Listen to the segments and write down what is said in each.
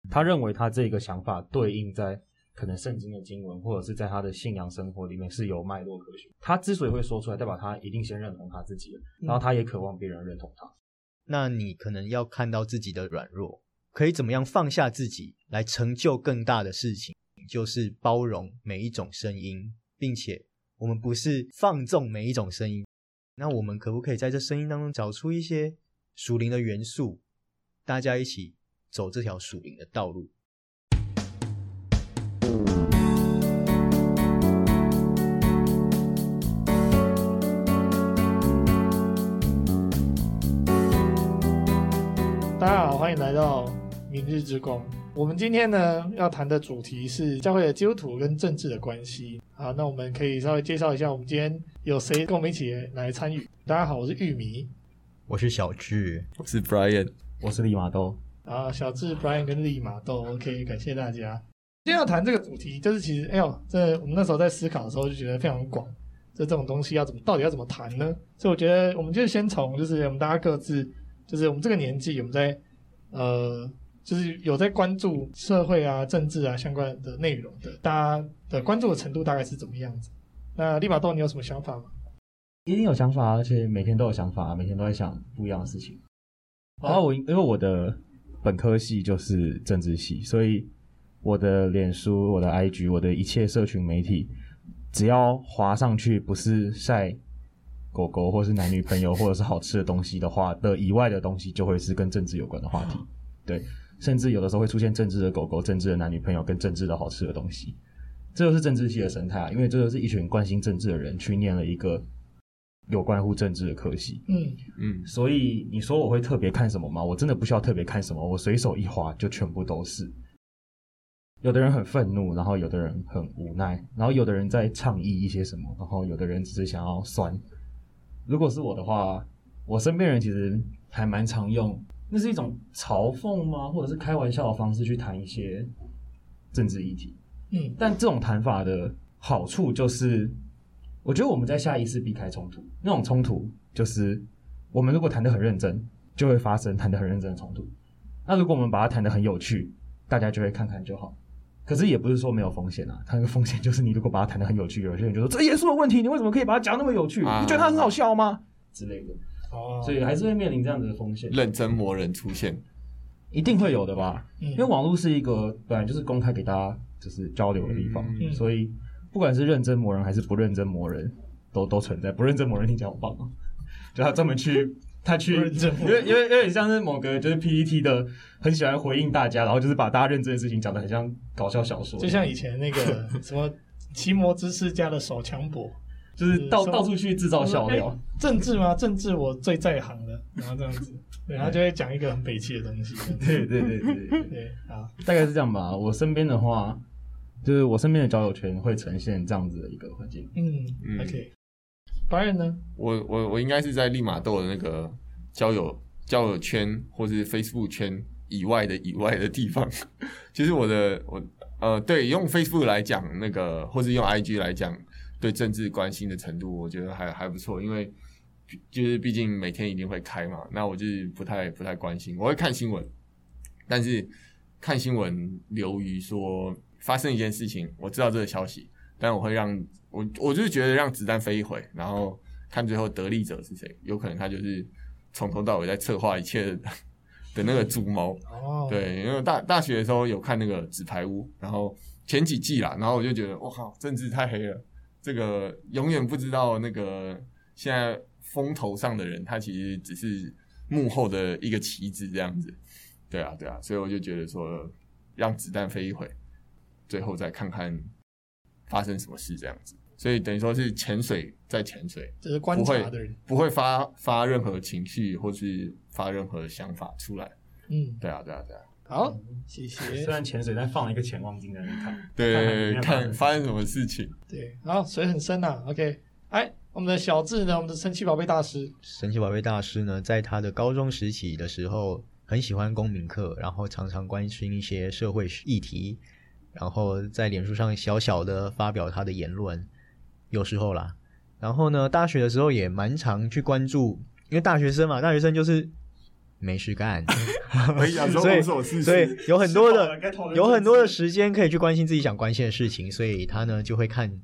他认为他这个想法对应在可能圣经的经文，或者是在他的信仰生活里面是有脉络可循。他之所以会说出来，代表他一定先认同他自己了，然后他也渴望别人认同他。 那你可能要看到自己的软弱，可以怎么样放下自己来成就更大的事情，就是包容每一种声音，并且我们不是放纵每一种声音。那我们可不可以在这声音当中找出一些属灵的元素，大家一起走这条属灵的道路？ 大家好，欢迎来到明日之光。我们今天呢要谈的主题是教会的基督徒跟政治的关系。好，那我们可以稍微介绍一下我们今天有谁跟我们一起来参与。大家好，我是玉米， 我是小智， 我是 Brian， 我是利马豆。 小智、Brian 跟利马豆 OK， 感谢大家。今天要谈这个主题，就是其实这我们那时候在思考的时候就觉得非常广，这种东西到底要怎么谈呢？所以我觉得我们就先从就是我们大家各自就是我们这个年纪，我们在就是有在关注社会啊、政治啊相关的内容的，大家的关注的程度大概是怎么样子？那利马豆，你有什么想法吗？ 一定有想法，而且每天都有想法，每天都在想不一样的事情。然后因为我的本科系就是政治系，所以我的脸书、我的 IG、我的一切社群媒体，只要滑上去不是晒狗狗或是男女朋友或者是好吃的东西的话的以外的东西，就会是跟政治有关的话题。对，甚至有的时候会出现政治的狗狗、政治的男女朋友跟政治的好吃的东西。这就是政治系的生态啊，因为这就是一群关心政治的人去念了一个有关乎政治的科系。所以你说我会特别看什么吗？我真的不需要特别看什么，我随手一滑就全部都是。有的人很愤怒，然后有的人很无奈，然后有的人在倡议一些什么，然后有的人只是想要酸。如果是我的话，我身边人其实还蛮常用，那是一种嘲讽吗？或者是开玩笑的方式去谈一些政治议题。但这种谈法的好处就是，我觉得我们在下意识避开冲突。那种冲突就是我们如果谈得很认真，就会发生谈得很认真的冲突。那如果我们把它谈得很有趣，大家就会看看就好。可是也不是说没有风险啊，它那个风险就是你如果把它谈得很有趣，有些人就说这严肃的问题，你为什么可以把它讲那么有趣？你觉得它很好笑吗？之类的。所以还是会面临这样子的风险。 认真魔人出现， 一定会有的吧？因为网络是一个本来就是公开给大家就是交流的地方，所以不管是认真魔人还是不认真魔人，都存在。不认真魔人听起来好棒哦，就他专门去。因为有点像是某个就是 PTT 的很喜欢回应大家，然后就是把大家认真的事情讲得很像搞笑小说， 就像以前那个什么奇摩知识家的手枪博， 就是到处去制造笑料。 政治吗？政治我最在行的，然后这样子，对，他就会讲一个很北气的东西。对，好， 大概是这样吧。我身边的话，就是我身边的交友圈会呈现这样子的一个环境。 OK。Brian 呢？ 我应该是在利马豆的那个交友圈或是 Facebook 圈以外的地方。其实对用 Facebook 来讲那个，或是用 IG 来讲，对政治关心的程度，我觉得还不错，因为就是毕竟每天一定会开嘛，那我就是不太关心，我会看新闻，但是看新闻流于说发生一件事情，我知道这个消息。但我会我就是觉得让子弹飞一回，然后看最后得利者是谁，有可能他就是从头到尾在策划一切的那个主谋。对，因为大学的时候有看那个纸牌屋，然后前几季啦，然后我就觉得我靠，政治太黑了，这个永远不知道那个现在风头上的人，他其实只是幕后的一个棋子这样子。对啊，所以我就觉得说让子弹飞一回，最后再看看发生什么事这样子，所以等于说是潜水在潜水， 就是观察的人不会发任何情绪或是发任何想法出来。对啊。 好，谢谢。 虽然潜水，但放了一个潜望镜在那里看， 对，看发生什么事情。 对，好，水很深啊。OK， 我们的小智呢，我们的神奇宝贝大师。 神奇宝贝大师呢，在他的高中时期的时候，很喜欢公民课，然后常常关心一些社会议题。然后在脸书上小小的发表他的言论，有时候啦。然后呢，大学的时候也蛮常去关注，因为大学生嘛，大学生就是没事干， 我想说无所事事， 所以有很多的时时间可以去关心自己想关心的事情，所以他呢就会看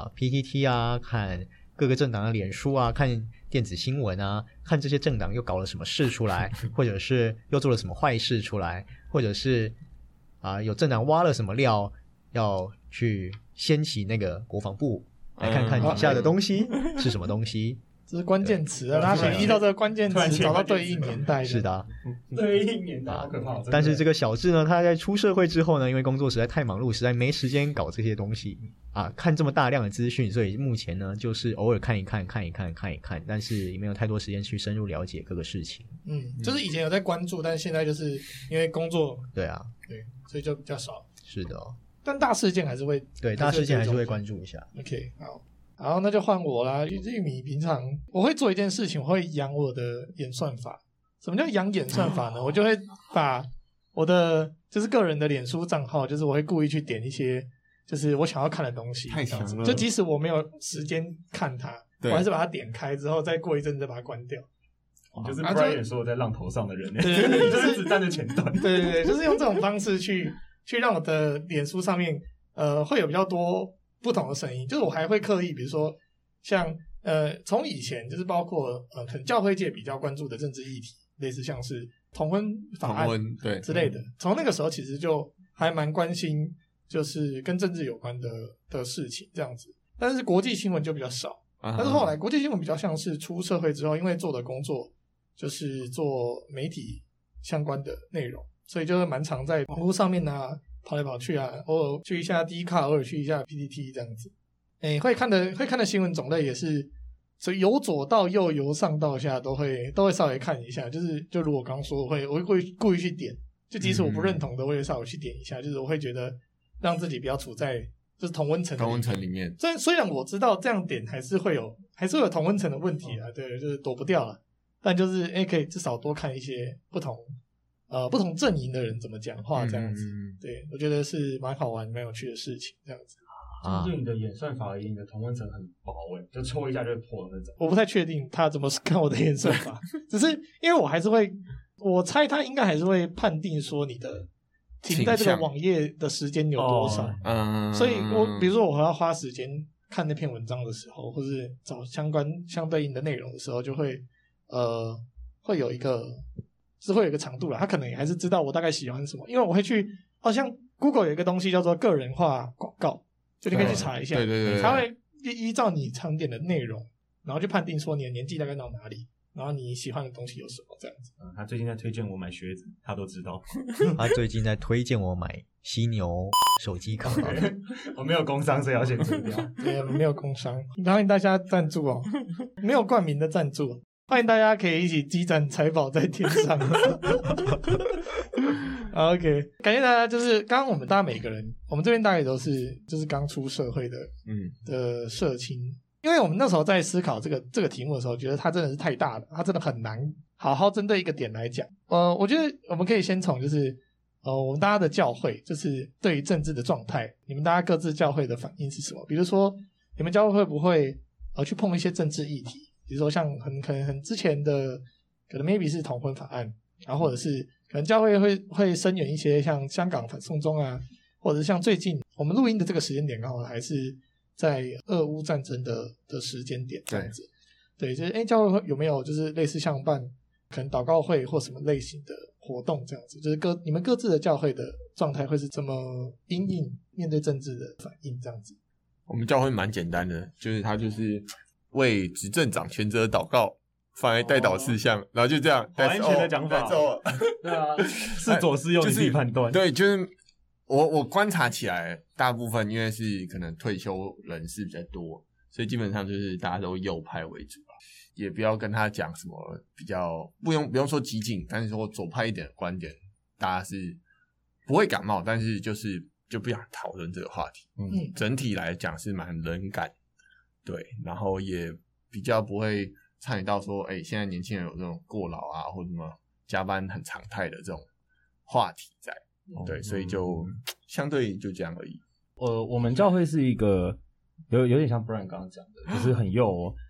PTT 啊，看各个政党的脸书啊，看电子新闻啊，看这些政党又搞了什么事出来，或者是又做了什么坏事出来，或者是有政党挖了什么料，要去掀起那个国防部来看看底下的东西是什么东西。 这是关键词啊，他想依照这个关键词找到对应年代的。 是的， 对应年代好可怕。 但是这个小智呢，他在出社会之后呢，因为工作实在太忙碌，实在没时间搞这些东西看这么大量的资讯，所以目前呢就是偶尔看一看，但是也没有太多时间去深入了解各个事情。 就是以前有在关注，但是现在就是因为工作， 对， 所以就比较少。 是的， 但大事件还是会， 对，大事件还是会关注一下。 OK， 好，那就换我啦。玉米平常我会做一件事情，我会养我的演算法。什么叫养演算法呢？我就会把我的就是个人的脸书账号，就是我会故意去点一些就是我想要看的东西， 太强了。 就即使我没有时间看它，我还是把它点开之后，再过一阵子再把它关掉。 你就是 Brian 说在浪头上的人， 对， 你就是子弹的前端。 对，就是用这种方式去让我的脸书上面会有比较多不同的声音，就是我还会刻意，比如说像从以前就是包括可能教会界比较关注的政治议题，类似像是同婚法案对之类的，从那个时候其实就还蛮关心，就是跟政治有关的事情这样子。但是国际新闻就比较少，但是后来国际新闻比较像是出社会之后，因为做的工作就是做媒体相关的内容，所以就是蛮常在网络上面跑来跑去偶尔去一下 Dcard， 偶尔去一下 PTT 这样子。会看的新闻种类也是，所以由左到右，由上到下都会稍微看一下。就如我刚刚说，我会故意去点，就即使我不认同的，我也稍微去点一下。就是我会觉得让自己不要处在就是同温层里面。 虽然我知道这样点还是会有同温层的问题对，就是躲不掉了。但就是可以至少多看一些不同阵营的人怎么讲话这样子。对，我觉得是蛮好玩蛮有趣的事情这样子。 对你的演算法而言，你的同温层很薄就戳一下就会破的那种。 我不太确定他怎么看我的演算法，只是因为我还是会，我猜他应该还是会判定说你的停在这个网页的时间有多少。所以比如说我要花时间看那篇文章的时候，或是找相对应的内容的时候，就会会有一个长度啦。他可能也还是知道我大概喜欢什么，因为我会去像 Google 有一个东西叫做个人化广告。就你可以去查一下， 对， 他会依照你常点的内容，然后去判定说你的年纪大概到哪里，然后你喜欢的东西有什么这样子。 他最近在推荐我买靴子，他都知道。 他最近在推荐我买犀牛手机壳。 我没有工商，所以要先注掉。 对，没有工商，欢迎大家赞助没有冠名的赞助，欢迎大家可以一起积攒财宝在天上。OK， 感谢大家。就是刚刚大家每个人，我们这边大概都是就是刚出社会的社青，因为我们那时候在思考这个题目的时候，觉得它真的是太大了，它真的很难好好针对一个点来讲。我觉得我们可以先从就是我们大家的教会，就是对于政治的状态，你们大家各自教会的反应是什么？比如说你们教会会不会去碰一些政治议题，比如说像很之前的可能 maybe 是同婚法案，然后或者是可能教会会声援一些像香港反送中或者是像最近我们录音的这个时间点刚好还是在俄乌战争的时间点这样子。对，就是教会有没有就是类似像办可能祷告会或什么类型的活动这样子，就是你们各自的教会的状态会是怎么因应面对政治的反应这样子。 我们教会蛮简单的，就是他就是为执政掌权者祷告，放在代祷事项，然后就这样。 安全的讲法。对啊，是左是右你自己判断。 对，就是我观察起来，大部分因为是可能退休人士比较多，所以基本上就是大家都右派为主吧，也不要跟他讲什么比较不用说激进，但是说左派一点的观点，大家是不会感冒，但是就不想讨论这个话题。整体来讲是蛮冷感，对，然后也比较不会参与到说，现在年轻人有这种过劳或者什么加班很常态的这种话题在，对，所以就相对就这样而已。 我们教会是一个有点像 Brian 刚刚讲的，就是很右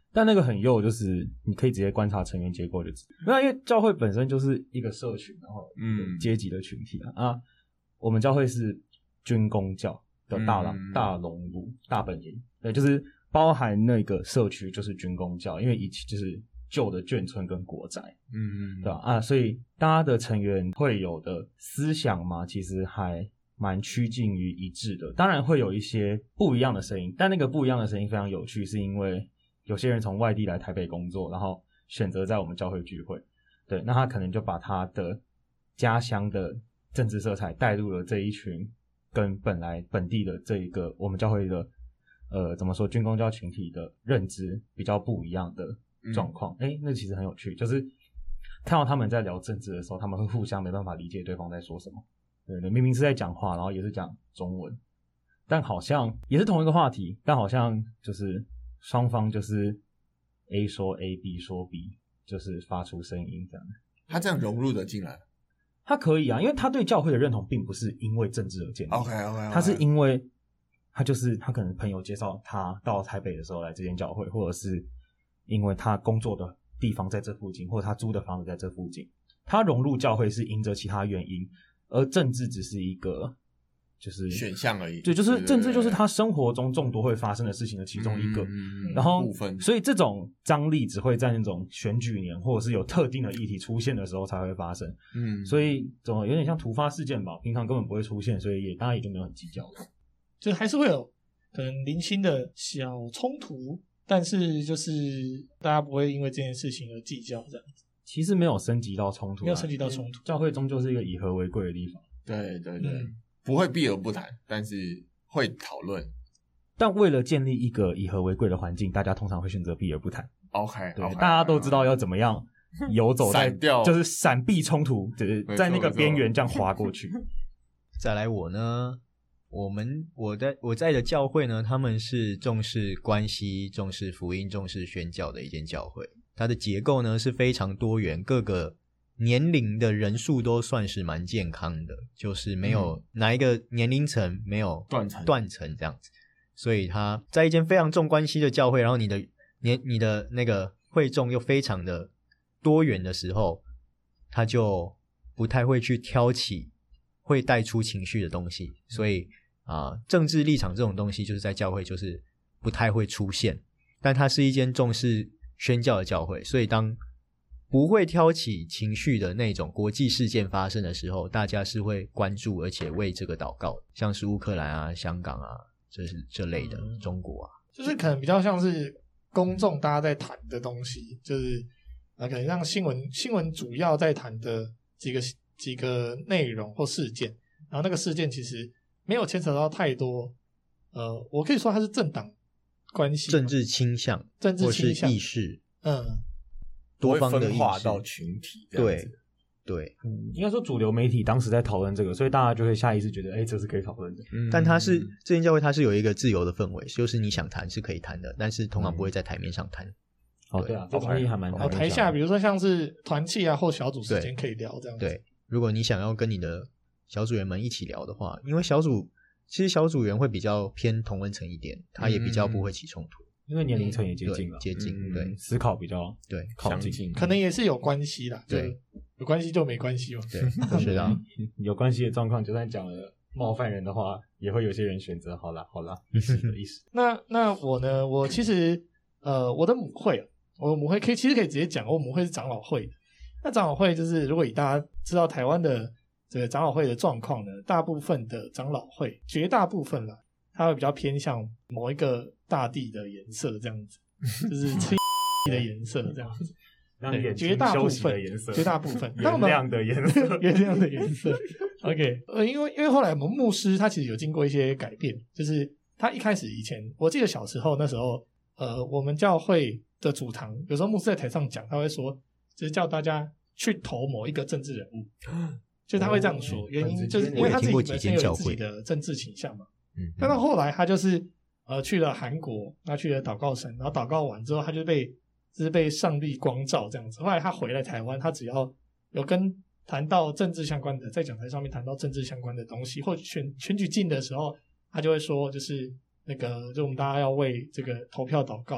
但那个很幼，就是你可以直接观察成员结构就知道。因为教会本身就是一个社群，然后阶级的群体啊。我们教会是军公教的大熔炉大本营，对，就是包含那个社区就是军公教，因为以前就是旧的眷村跟国宅，对吧？所以大家的成员会有的思想嘛，其实还蛮趋近于一致的。当然会有一些不一样的声音，但那个不一样的声音非常有趣，是因为有些人从外地来台北工作，然后选择在我们教会聚会，对，那他可能就把他的家乡的政治色彩带入了这一群跟本地的这一个我们教会的怎么说军公教群体的认知比较不一样的状况。那其实很有趣，就是看到他们在聊政治的时候，他们会互相没办法理解对方在说什么。对，明明是在讲话，然后也是讲中文，但好像也是同一个话题，但好像就是双方就是 A 说 A，B 说 B， 就是发出声音这样。 他这样融入的进来， 他可以啊，因为他对教会的认同并不是因为政治而建立。 OK， 他是因为他可能朋友介绍他到台北的时候来这间教会，或者是因为他工作的地方在这附近，或者他租的房子在这附近。他融入教会是因着其他原因，而政治只是一个就是选项而已。 对，就是政治就是他生活中众多会发生的事情的其中一个。然后部分， 所以这种张力只会在那种选举年或者是有特定的议题出现的时候才会发生。所以有点像突发事件吧，平常根本不会出现，所以大家也就没有很计较了。 就还是会有可能零星的小冲突，但是就是大家不会因为这件事情而计较这样子。 其实没有升级到冲突， 没有升级到冲突。 教会终究是一个以和为贵的地方。 对，不会避而不谈，但是会讨论。 但为了建立一个以和为贵的环境，大家通常会选择避而不谈。 OK， 对，大家都知道要怎么样游走在就是闪避冲突，就是在那个边缘这样滑过去。 再来我呢，我在的教会呢，他们是重视关系、重视福音、重视宣教的一间教会。它的结构呢是非常多元，各个年龄的人数都算是蛮健康的，就是没有哪一个年龄层没有断层这样子。所以它在一间非常重关系的教会，然后你的那个会众又非常的多元的时候，他就不太会去挑起会带出情绪的东西。所以政治立场这种东西就是在教会就是不太会出现，但它是一间重视宣教的教会，所以当不会挑起情绪的那种国际事件发生的时候，大家是会关注而且为这个祷告，像是乌克兰啊、香港啊，这类的，中国啊， 就是可能比较像是公众大家在谈的东西，就是可能让新闻主要在谈的几个内容或事件，然后那个事件其实没有牵扯到太多我可以说它是政党关系、 政治倾向或是意识，多方的意识， 分化到群体这样子。 对， 应该说主流媒体当时在讨论这个，所以大家就会下意识觉得这是可以讨论的。 但这间教会它是有一个自由的氛围，就是你想谈是可以谈的，但是通常不会在台面上谈。 对啊，这东西还蛮难。 台下比如说像是团契啊或小组时间可以聊这样子。 对，如果你想要跟你的小组员们一起聊的话，因为其实小组员会比较偏同温层一点，他也比较不会起冲突。 因为年龄层也接近了， 接近，对， 思考比较对靠近， 可能也是有关系啦， 对， 有关系就没关系嘛， 对，是的， 有关系的状况，就算讲了冒犯人的话，也会有些人选择好啦，意思。 那我呢？我其实我的母会其实可以直接讲，我母会是长老会的。那长老会就是如果以大家知道台湾的这个长老会的状况呢，大部分的长老会，绝大部分啦，它会比较偏向某一个大地的颜色这样子，就是青的颜色这样子。对，绝大部分， 原谅的颜色， 原谅的颜色。OK， 因为后来我们牧师他其实有经过一些改变，就是他一开始以前，我记得小时候那时候，我们教会的主堂有时候牧师在台上讲，他会说，就是叫大家去投某一个政治人物，就他会这样说，原因就是因为他自己本身有自己的政治倾向嘛。但到后来他就是去了韩国，他去了祷告神，然后祷告完之后他就被上帝光照这样子。后来他回来台湾，他只要有谈到政治相关的，在讲台上面谈到政治相关的东西，或者选举近的时候，他就会说，就是就我们大家要为这个投票祷告，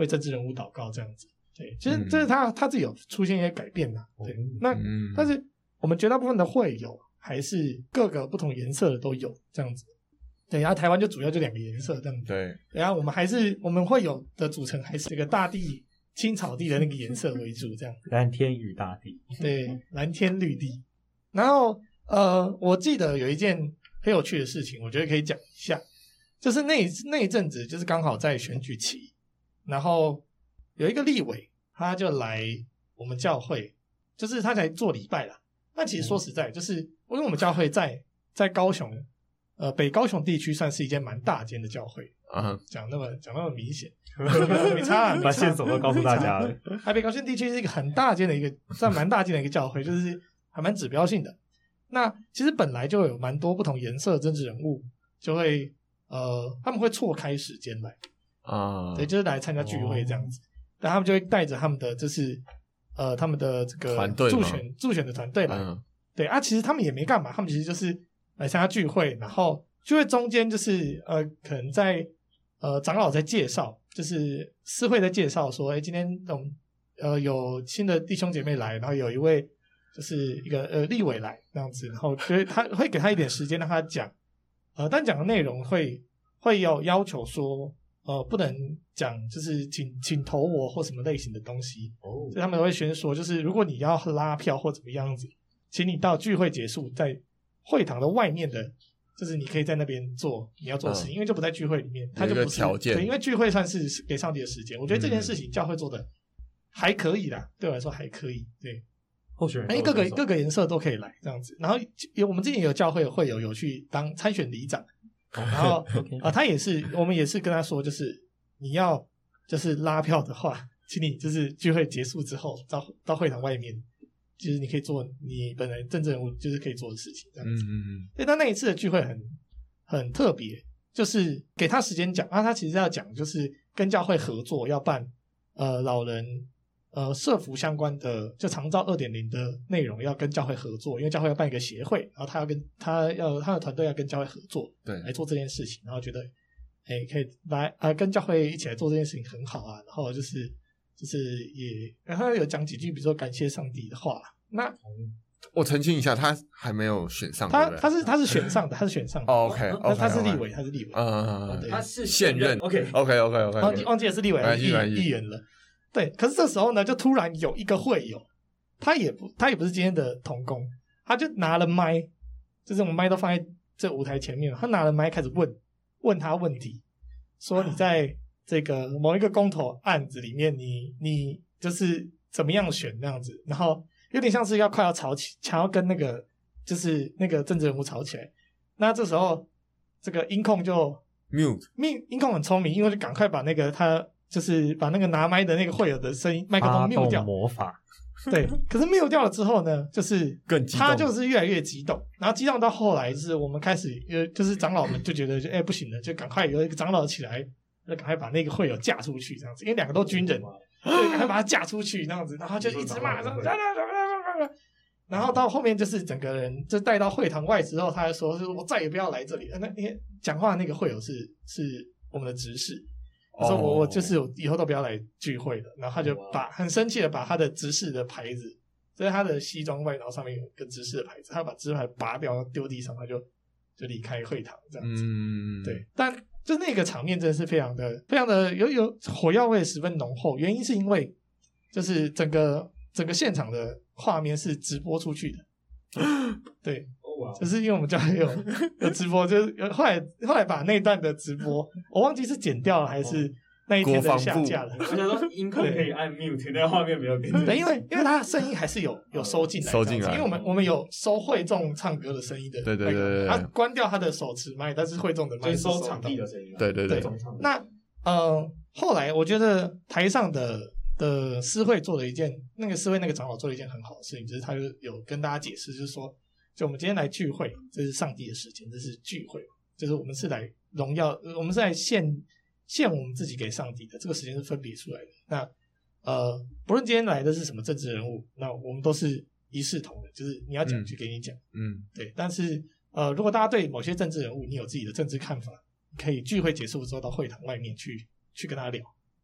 为政治人物祷告这样子。对，其实这是他自己有出现一些改变啦。对，那但是我们绝大部分的会友还是各个不同颜色的都有这样子。对，然后台湾就主要就2个颜色这样子。 对， 然后我们会有的组成还是这个大地青草地的那个颜色为主，这样。 蓝天与大地。 对，蓝天绿地。然后我记得有一件很有趣的事情，我觉得可以讲一下，就是那一阵子就是刚好在选举期，然后有一个立委他就来我们教会，就是他才做礼拜啦。那其实说实在，就是因为我们教会在高雄。北高雄地区算是一间蛮大间的教会，讲那么明显，没差， 把线索都告诉大家了。 北高雄地区是一个很大间的算蛮大间的一个教会，就是还蛮指标性的。那其实本来就有蛮多不同颜色的政治人物，就会他们会错开时间来对，就是来参加聚会这样子，但他们就会带着他们的就是他们的这个助选的团队来，对啊，其实他们也没干嘛，他们其实就是来参加聚会，然后聚会中间就是可能在长老在介绍，就是司会在介绍说，今天有新的弟兄姐妹来，然后有一位就是一个立委来这样子，然后所以他会给他一点时间让他讲，但讲的内容会有要求说，不能讲就是请投我或什么类型的东西，所以他们会宣说，就是如果你要拉票或怎么样子，请你到聚会结束在会堂的外面的，就是你可以在那边做你要做的事情，因为就不在聚会里面，它就不是条件。 对，因为聚会算是给上帝的时间，我觉得这件事情教会做的还可以啦，对我来说还可以。对， 候选人各个颜色都可以来这样子。然后我们之前有教会有去当参选里长，然后他也是我们也是跟他说，就是你要就是拉票的话，请你就是聚会结束之后到会堂外面。就是你可以做你本来政治人物就是可以做的事情，这样子。所以他那一次的聚会很特别，就是给他时间讲，他其实要讲就是跟教会合作，要办老人社福相关的，就长照 2.0 的内容要跟教会合作，因为教会要办一个协会，然后他的团队要跟教会合作，对，来做这件事情，然后觉得可以来跟教会一起来做这件事情很好啊，然后就是也，然后有讲几句，比如说感谢上帝的话。那我澄清一下，他还没有选上， 他是选上的，他是选上的。 OK， 他是立委，他是立委， 他是现任。OK， 忘记了是立委还是议员了。对，可是这时候呢，就突然有一个会友，他也不是今天的同工，他就拿了麦，就是我们麦都放在这舞台前面，他拿了麦开始问他问题，说你在这个某一个公投案子里面，你就是怎么样选那样子，然后有点像是快要吵起，想要跟那个就是那个政治人物吵起来。那这时候这个音控就 mute， 音控很聪明，因为就赶快把那个他就是把那个拿麦的那个会友的声音麦克风 mute 掉。 魔法。 对，可是 mute 掉了之后呢，就是更激动， 他就是越来越激动，然后激动到后来就是我们开始就是长老们就觉得不行了，就赶快有一个长老起来，就赶快把那个会友嫁出去这样子，因为2个都军人，对，赶快把他嫁出去这样子，然后就一直骂，然后到后面就是整个人就带到会堂外之后，他还说我再也不要来这里了。那讲话那个会友是我们的执事，他说我就是以后都不要来聚会了，然后他就很生气的把他的执事的牌子，在他的西装外套上面有一个执事的牌子，他把执事牌拔掉丢地上，他就离开会堂这样子。对，但就那个场面真的是非常的有火药味十分浓厚，原因是因为就是整个现场的画面是直播出去的。对，就是因为我们家有直播，就是后来把那段的直播我忘记是剪掉了还是那一天的下架了。 我想说音控可以按 mute， 那画面没有给你。 对，因为他的声音还是有收进来，因为我们有收会众唱歌的声音的，对，他关掉他的手持麦，但是会众的麦是收场地的声音。 对。 那后来我觉得台上的司会做了一件，那个司会那个长老做了一件很好的事情，就是他就有跟大家解释，就是说，就我们今天来聚会，这是上帝的时间，这是聚会，就是我们是来荣耀，我们是来献我们自己给上帝的，这个时间是分别出来的。那不论今天来的是什么政治人物，那我们都是一视同仁，就是你要讲就给你讲，对。但是如果大家对某些政治人物你有自己的政治看法，可以聚会结束之后到会堂外面去跟他聊。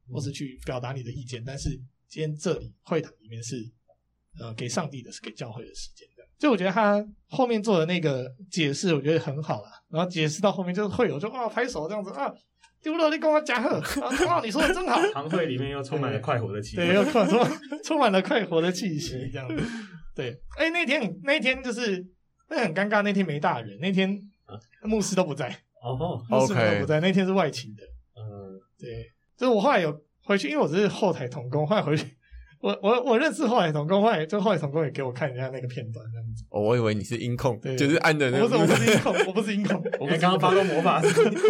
或是去表达你的意见，但是今天这里会堂里面是给上帝的，是给教会的时间的。就我觉得他后面做的那个解释，我觉得很好啦。然后解释到后面就是会有就拍手这样子啊，丢了你跟我讲呵，哇，你说的真好。 堂会里面又充满了快活的气氛， 对，又充满了快活的气息这样子。对，那天就是那很尴尬，那天没大人，那天牧师都不在。牧师都不在，那天是外勤的。对，就是我后来有回去，因为我只是后台同工，后来回去。我认识后来同工，后来同工也给我看一下那个片段，这样子。 我以为你是音控，就是按的那个。 我不是音控，我不是音控， 我刚刚发动魔法。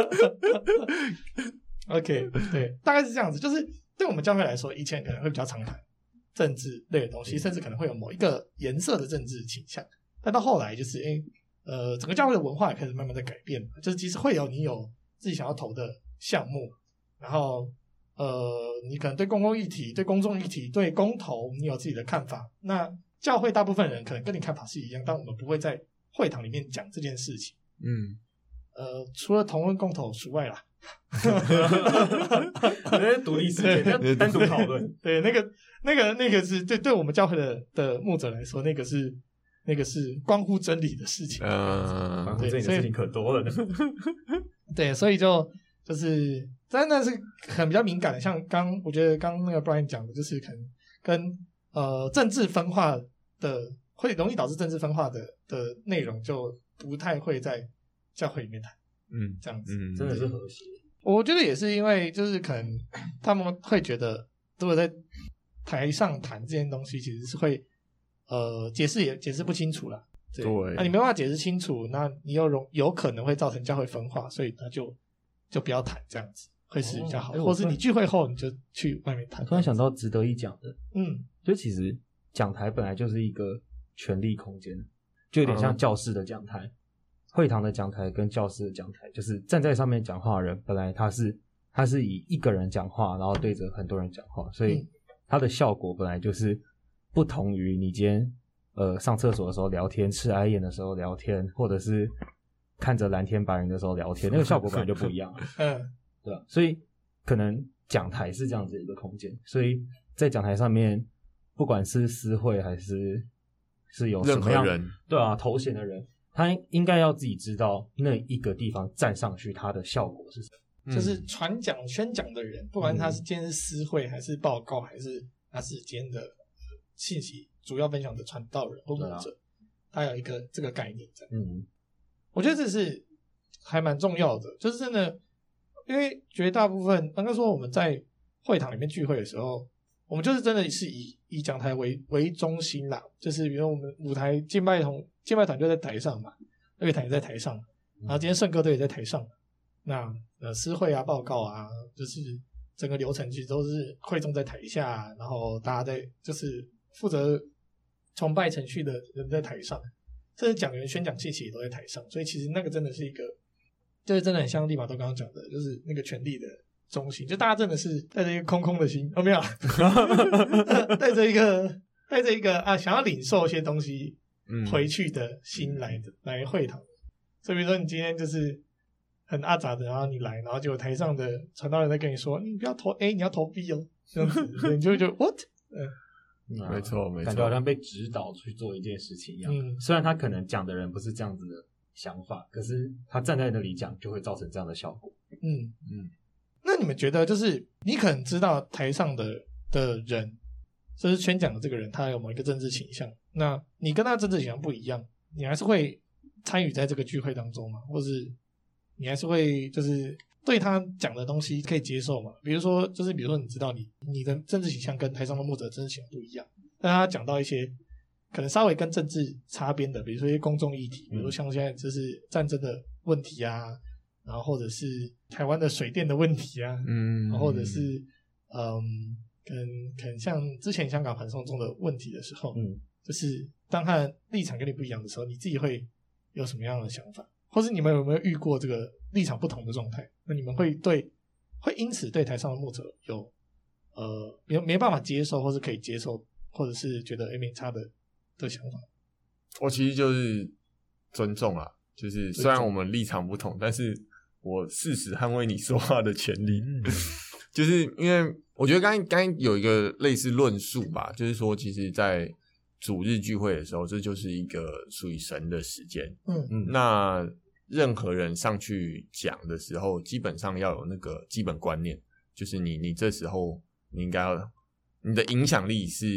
OK， 对，大概是这样子。就是对我们教会来说，以前可能会比较常谈政治类的东西，甚至可能会有某一个颜色的政治倾向。但到后来就是整个教会的文化也开始慢慢在改变，就是其实会有你有自己想要投的项目，然后你可能对公共议题、对公众议题、对公投，你有自己的看法。那教会大部分人可能跟你看法是一样，但我们不会在会堂里面讲这件事情。除了同婚公投除外啦。 那是独立事件，要单独讨论。 对，那个是对我们教会的牧者来说，那个是关乎真理的事情。 关乎真理的事情可多了呢。 对，所以就是真的是很比较敏感的，像我觉得刚那个 Brian 讲的，就是可能跟政治分化的会容易导致政治分化的内容，就不太会在教会里面谈。这样子真的是和谐。 我觉得也是因为就是可能他们会觉得，如果在台上谈这件东西，其实是会解释也解释不清楚啦。对，那你没办法解释清楚，那你有可能会造成教会分化，所以那就不要谈这样子，会是比较好。或是你聚会后你就去外面谈。 突然想到值得一讲的，就其实讲台本来就是一个权力空间，就有点像教室的讲台。会堂的讲台跟教室的讲台，就是站在上面讲话的人，本来他是以一个人讲话，然后对着很多人讲话，所以它的效果本来就是不同于你今天上厕所的时候聊天，吃艾燕的时候聊天，或者是看着蓝天白云的时候聊天，那个效果本来就不一样。对吧？所以可能讲台是这样子的一个空间，所以在讲台上面，不管是私会还是有什么样任何人， 对啊，头衔的人。他应该要自己知道那一个地方站上去，它的效果是什么。 就是传讲、宣讲的人，不管他是今天是私会，还是报告，还是他是今天的信息主要分享的传道人或牧者，他有一个这个概念在。我觉得这是还蛮重要的，就是真的，因为绝大部分，刚刚说我们在会堂里面聚会的时候，我们就是真的是以讲台为中心啦，就是比如我们舞台敬拜团就在台上嘛，乐团也在台上，然后今天圣歌队也在台上，那诗会啊、报告啊，就是整个流程其实都是会众在台下，然后大家在就是负责崇拜程序的人在台上，甚至讲员宣讲信息也都在台上，所以其实那个真的是一个，就是真的很像利玛窦刚刚讲的，就是那个权力的中心，就大家真的是带着一个空空的心，没有带着一个想要领受一些东西回去的心来会堂。所以比如说你今天就是很阿杂的，然后你来，然后结果台上的传道人在跟你说，你不要投 A， 你要投 B 哦，这样子你就会觉得 what？ 没错， 感觉好像被指导去做一件事情一样。虽然他可能讲的人不是这样子的想法，可是他站在那里讲就会造成这样的效果。 那你们觉得，就是你可能知道台上的人，就是宣讲的这个人，他有某一个政治倾向，那你跟他政治倾向不一样，你还是会参与在这个聚会当中吗？或是你还是会就是对他讲的东西可以接受吗？比如说你知道你的政治倾向跟台上的牧者政治倾向不一样，但他讲到一些可能稍微跟政治擦边的，比如说一些公众议题，比如说像现在就是战争的问题啊，然后或者是台湾的水电的问题啊，然后或者是可能像之前香港反送中的问题的时候，就是当他的立场跟你不一样的时候，你自己会有什么样的想法？或是你们有没有遇过这个立场不同的状态？那你们会因此对台上的牧者有没办法接受，或是可以接受，或者是觉得没差的想法？ 我其实就是尊重啦，就是虽然我们立场不同，但是我誓死捍卫你说话的权利。 就是因为我觉得刚刚有一个类似论述吧，就是说其实在主日聚会的时候，这就是一个属于神的时间。那任何人上去讲的时候，基本上要有那个基本观念，就是你这时候你应该要，你的影响力是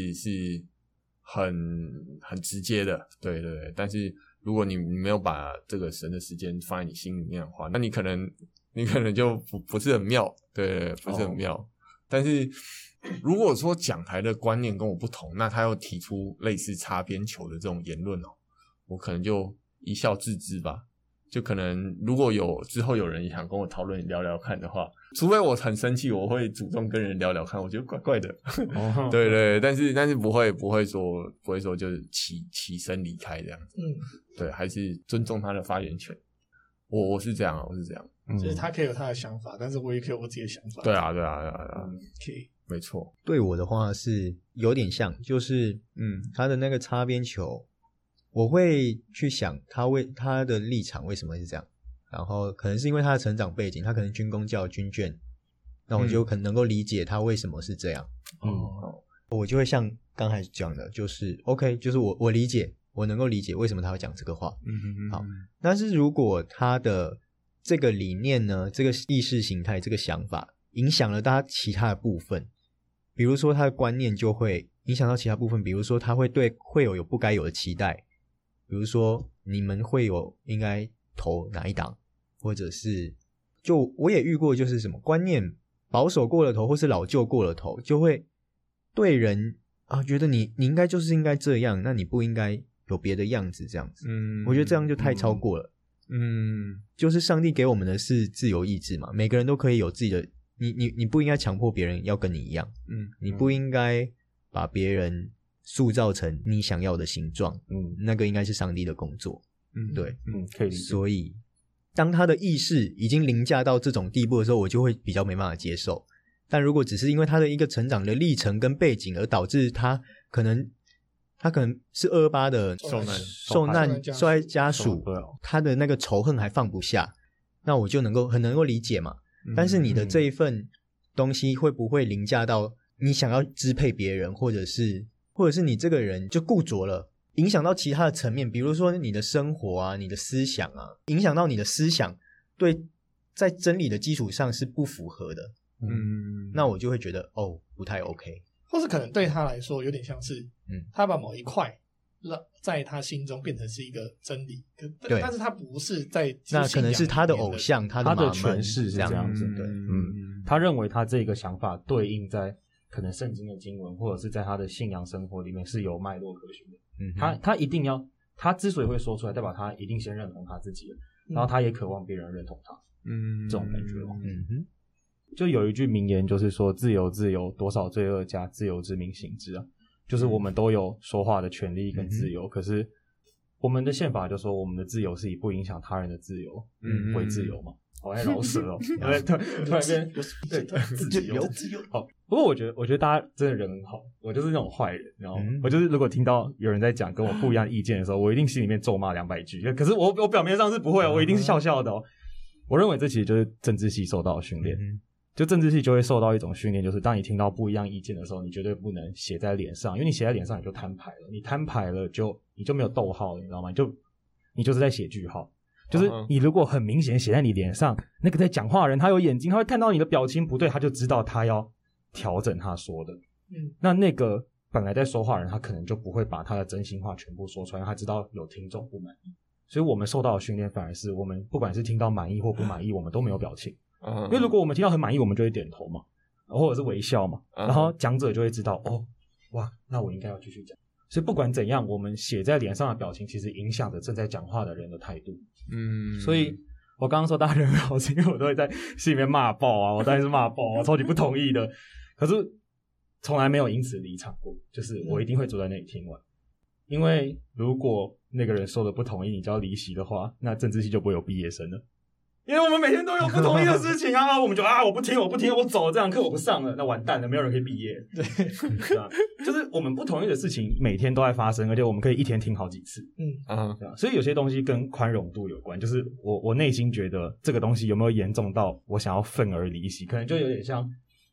很直接的，对对对。但是如果你没有把这个神的时间放在你心里面的话，那你可能就不是很妙，对，不是很妙。但是如果说讲台的观念跟我不同，那他又提出类似擦边球的这种言论我可能就一笑置之吧。就可能如果之后有人想跟我讨论聊聊看的话，除非我很生气，我会主动跟人聊聊看，我觉得怪怪的。对对，但是不会说就是起身离开这样子。对，还是尊重他的发言权。我是这样， 就是他可以有他的想法，但是我也可以有我自己的想法。 对啊。没错。 对我的话是有点像，就是他的那个擦边球，我会去想他的立场为什么是这样，然后可能是因为他的成长背景，他可能军公教军眷，那我就可能能够理解他为什么是这样。我就会像刚才讲的，就是 OK， 就是我理解，我能够理解为什么他会讲这个话。好，但是如果他的这个理念呢，这个意识形态，这个想法影响了他其他的部分，比如说他的观念就会影响到其他部分，比如说他会有不该有的期待，比如说你们会有应该投哪一党，或者是就我也遇过，就是什么观念保守过了头，或是老旧过了头，就会对人觉得你应该就是应该这样，那你不应该有别的样子这样子。我觉得这样就太超过了。就是上帝给我们的是自由意志嘛，每个人都可以有自己的，你不应该强迫别人要跟你一样。你不应该把别人塑造成你想要的形状。那个应该是上帝的工作。对。 可以理解。 所以当他的意识已经凌驾到这种地步的时候，我就会比较没办法接受。但如果只是因为他的一个成长的历程跟背景而导致他可能是228的受难家属，他的那个仇恨还放不下，那我就很能够理解嘛。但是你的这一份东西会不会凌驾到你想要支配别人，或者是你这个人就固着了，影响到其他的层面，比如说你的生活啊，你的思想啊，影响到你的思想对在真理的基础上是不符合的。那我就会觉得不太 OK， 或是可能对他来说有点像是他把某一块在他心中变成是一个真理，但是他不是在那可能是他的偶像，他的诠释是这样子。对，他认为他这个想法对应在可能圣经的经文，或者是在他的信仰生活里面是有脉络可循的。他一定要，他之所以会说出来，代表他一定先认同他自己了，然后他也渴望别人认同他。这种感觉。就有一句名言，就是说自由自由，多少罪恶加自由之名行之啊。就是我们都有说话的权利跟自由，可是我们的宪法就说我们的自由是以不影响他人的自由为自由嘛。好像饶舌哦，突然间对自由。好，不过我觉得大家真的人很好，我就是那种坏人，然后我就是如果听到有人在讲跟我不一样意见的时候，我一定心里面咒骂200句，可是我表面上是不会我一定是笑笑的哦。我认为这其实就是政治系受到的训练。就政治系就会受到一种训练，就是当你听到不一样意见的时候，你绝对不能写在脸上，因为你写在脸上你就摊牌了，你摊牌了你就没有逗号了，你知道吗？你就是在写句号。就是你如果很明显写在你脸上，那个在讲话的人他有眼睛，他会看到你的表情不对，他就知道他要调整他说的。那个本来在说话的人，他可能就不会把他的真心话全部说出来，他知道有听众不满意。所以我们受到的训练反而是我们不管是听到满意或不满意，我们都没有表情。因为如果我们听到很满意，我们就会点头嘛，或者是微笑嘛，然后讲者就会知道哇，那我应该要继续讲。所以不管怎样，我们写在脸上的表情其实影响着正在讲话的人的态度。所以我刚刚说大家人很好，是因为我都会在心里面骂爆啊，我当然是骂爆啊，超级不同意的。可是从来没有因此离场过，就是我一定会坐在那里听完。因为如果那个人说的不同意，你就要离席的话，那政治系就不会有毕业生了。因为我们每天都有不同意的事情啊，我们就我不听，我走了，这堂课我不上了，那完蛋了，没有人可以毕业。对，就是我们不同意的事情每天都在发生，而且我们可以一天听好几次。所以有些东西跟宽容度有关，就是我内心觉得这个东西有没有严重到我想要愤而离席，可能就有点像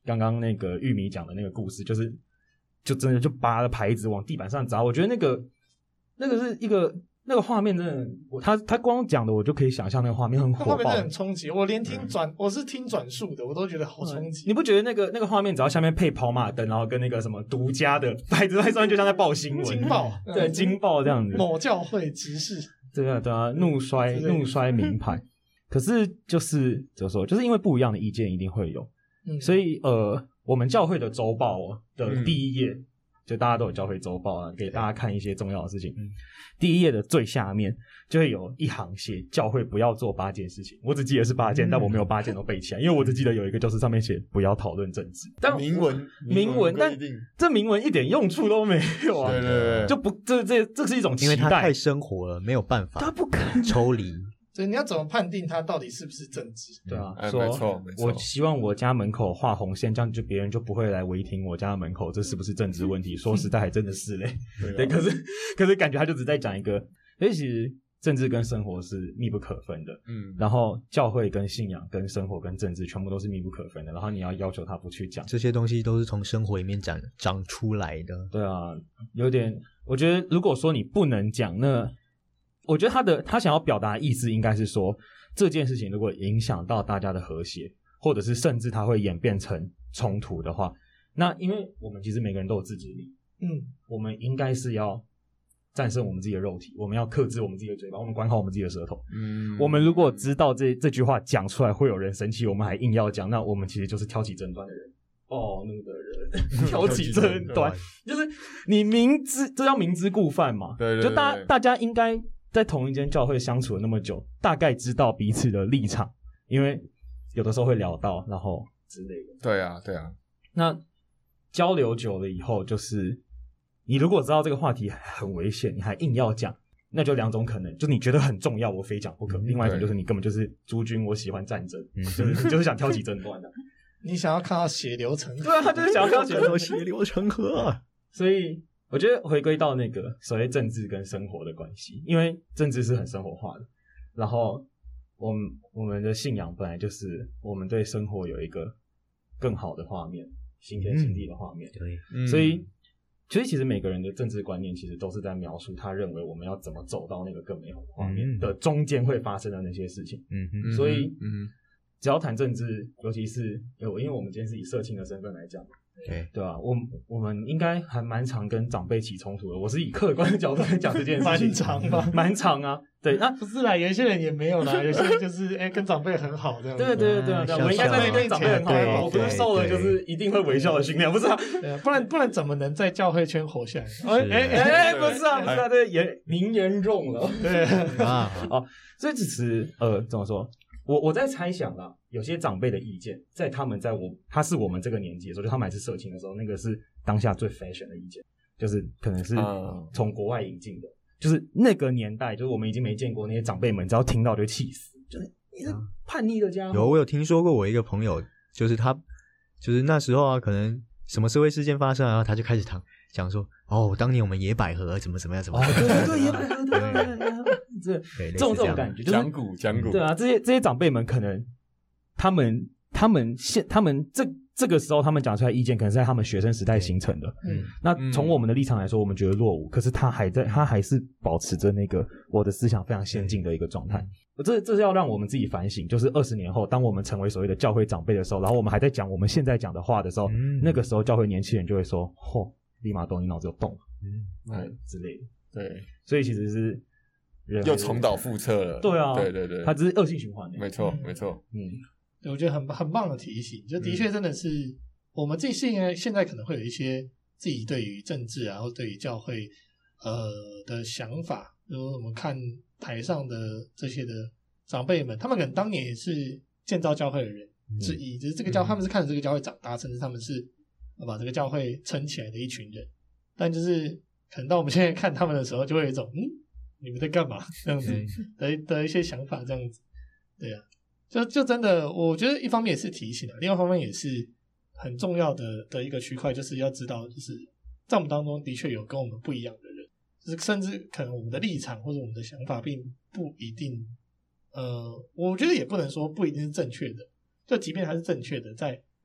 刚刚那个玉米讲的那个故事，就真的就拔了牌子往地板上砸，我觉得那个是一个那个画面真的，他光讲的我就可以想象那个画面很火爆， 那画面真的很冲击。我连我是听转述的，我都觉得好冲击。 你不觉得那个画面只要下面配跑马灯，然后跟那个什么独家的牌子在上面，就像在报新闻， 惊爆， 对，惊爆这样子。 某教会执事， 对啊，怒摔名牌。可是就是怎么说，就是因为不一样的意见一定会有，所以我们教会的周报的第一页，就大家都有教会周报啊，给大家看一些重要的事情。第一页的最下面就会有一行写教会不要做8件事情，我只记得是8件，但我没有8件都背起来，因为我只记得有一个就是上面写不要讨论政治，但明文， 但这明文一点用处都没有啊！ 对， 就不这是一种期待， 因为它太生活了，没有办法， 他不可抽离。 所以你要怎么判定它到底是不是政治？ 对啊， 没错， 我希望我家门口画红线，这样就别人就不会来违停我家门口，这是不是政治问题？说实在还真的是嘞。对，可是感觉他就只在讲一个，其实政治跟生活是密不可分的。然后教会跟信仰跟生活跟政治全部都是密不可分的。然后你要求他不去讲， 这些东西都是从生活里面长出来的。 对啊，有点，我觉得如果说你不能讲，那我觉得他想要表达的意思应该是说，这件事情如果影响到大家的和谐，或者是甚至它会演变成冲突的话，那因为我们其实每个人都有自制力，我们应该是要战胜我们自己的肉体，我们要克制我们自己的嘴巴，我们管好我们自己的舌头。我们如果知道这句话讲出来会有人生气，我们还硬要讲，那我们其实就是挑起争端的人。暴怒的人挑起争端，就是你明知这叫明知故犯嘛。对，就大家应该在同一间教会相处了那么久，大概知道彼此的立场，因为有的时候会聊到，然后之类的。 对啊。 那交流久了以后，就是你如果知道这个话题很危险，你还硬要讲，那就2种可能，就你觉得很重要，我非讲不可；另外一种就是你根本就是诸君，我喜欢战争，就是想挑起争端的。 你想要看到血流成河？ 对啊，他就是想要看到血流成河。 所以我觉得回归到那个所谓政治跟生活的关系，因为政治是很生活化的，然后我们的信仰本来就是我们对生活有一个更好的画面，新天新地的画面。 对， 所以其实每个人的政治观念其实都是在描述他认为我们要怎么走到那个更美好的画面的中间会发生的那些事情。所以只要谈政治，尤其是因为我们今天是以社青的身份来讲，对吧？我们应该还蛮常跟长辈起冲突的。我是以客观的角度来讲这件事情， 蛮长吧？ 蛮长啊。对，那不是啦，有些人也没有啦，有些人就是跟长辈很好这样子。 对，我们应该在跟长辈很好。我不是受了就是一定会微笑的训练，不是啊？ 不然怎么能在教会圈活下来？ 不是啊，这名言重了。对啊， 所以只是怎么说？我在猜想啦，有些长辈的意见，在他是我们这个年纪的时候，就他们还是社青的时候，那个是当下最 fashion 的意见，就是可能是从国外引进的，就是那个年代，就是我们已经没见过那些长辈们，只要听到就会气死，就是你是叛逆的家伙。 我有听说过，我一个朋友，就是他，就是那时候啊，可能什么社会事件发生，然后他就开始讲说，当年我们野百合怎么样怎么样， 对，野百合，对，这种感觉， 讲古， 对啊，这些长辈们可能他们这个时候他们讲出来意见，可能是在他们学生时代形成的。那从我们的立场来说，我们觉得落伍，可是他还是保持着那个我的思想非常先进的一个状态。这是要让我们自己反省，就是20年后，当我们成为所谓的教会长辈的时候，然后我们还在讲我们现在讲的话的时候，那个时候教会年轻人就会说：“利玛窦，你脑子有洞之类的。”对，所以其实是又重蹈覆辙了。 对啊， 对， 它只是恶性循环。 没错。 我觉得很棒的提醒，就的确真的是我们自己现在可能会有一些自己对于政治啊，或对于教会的想法，比如我们看台上的这些的长辈们，他们可能当年也是建造教会的人之一，只是这个他们是看着这个教会长大，甚至他们是把这个教会撑起来的一群人，但就是可能到我们现在看他们的时候，就会有一种你们在干嘛这样子的一些想法，这样子。对啊，就真的，我觉得一方面也是提醒另外一方面也是很重要的一个区块，就是要知道，就是在我们当中的确有跟我们不一样的人，就是甚至可能我们的立场或者我们的想法并不一定，我觉得也不能说不一定是正确的，就即便它是正确的，在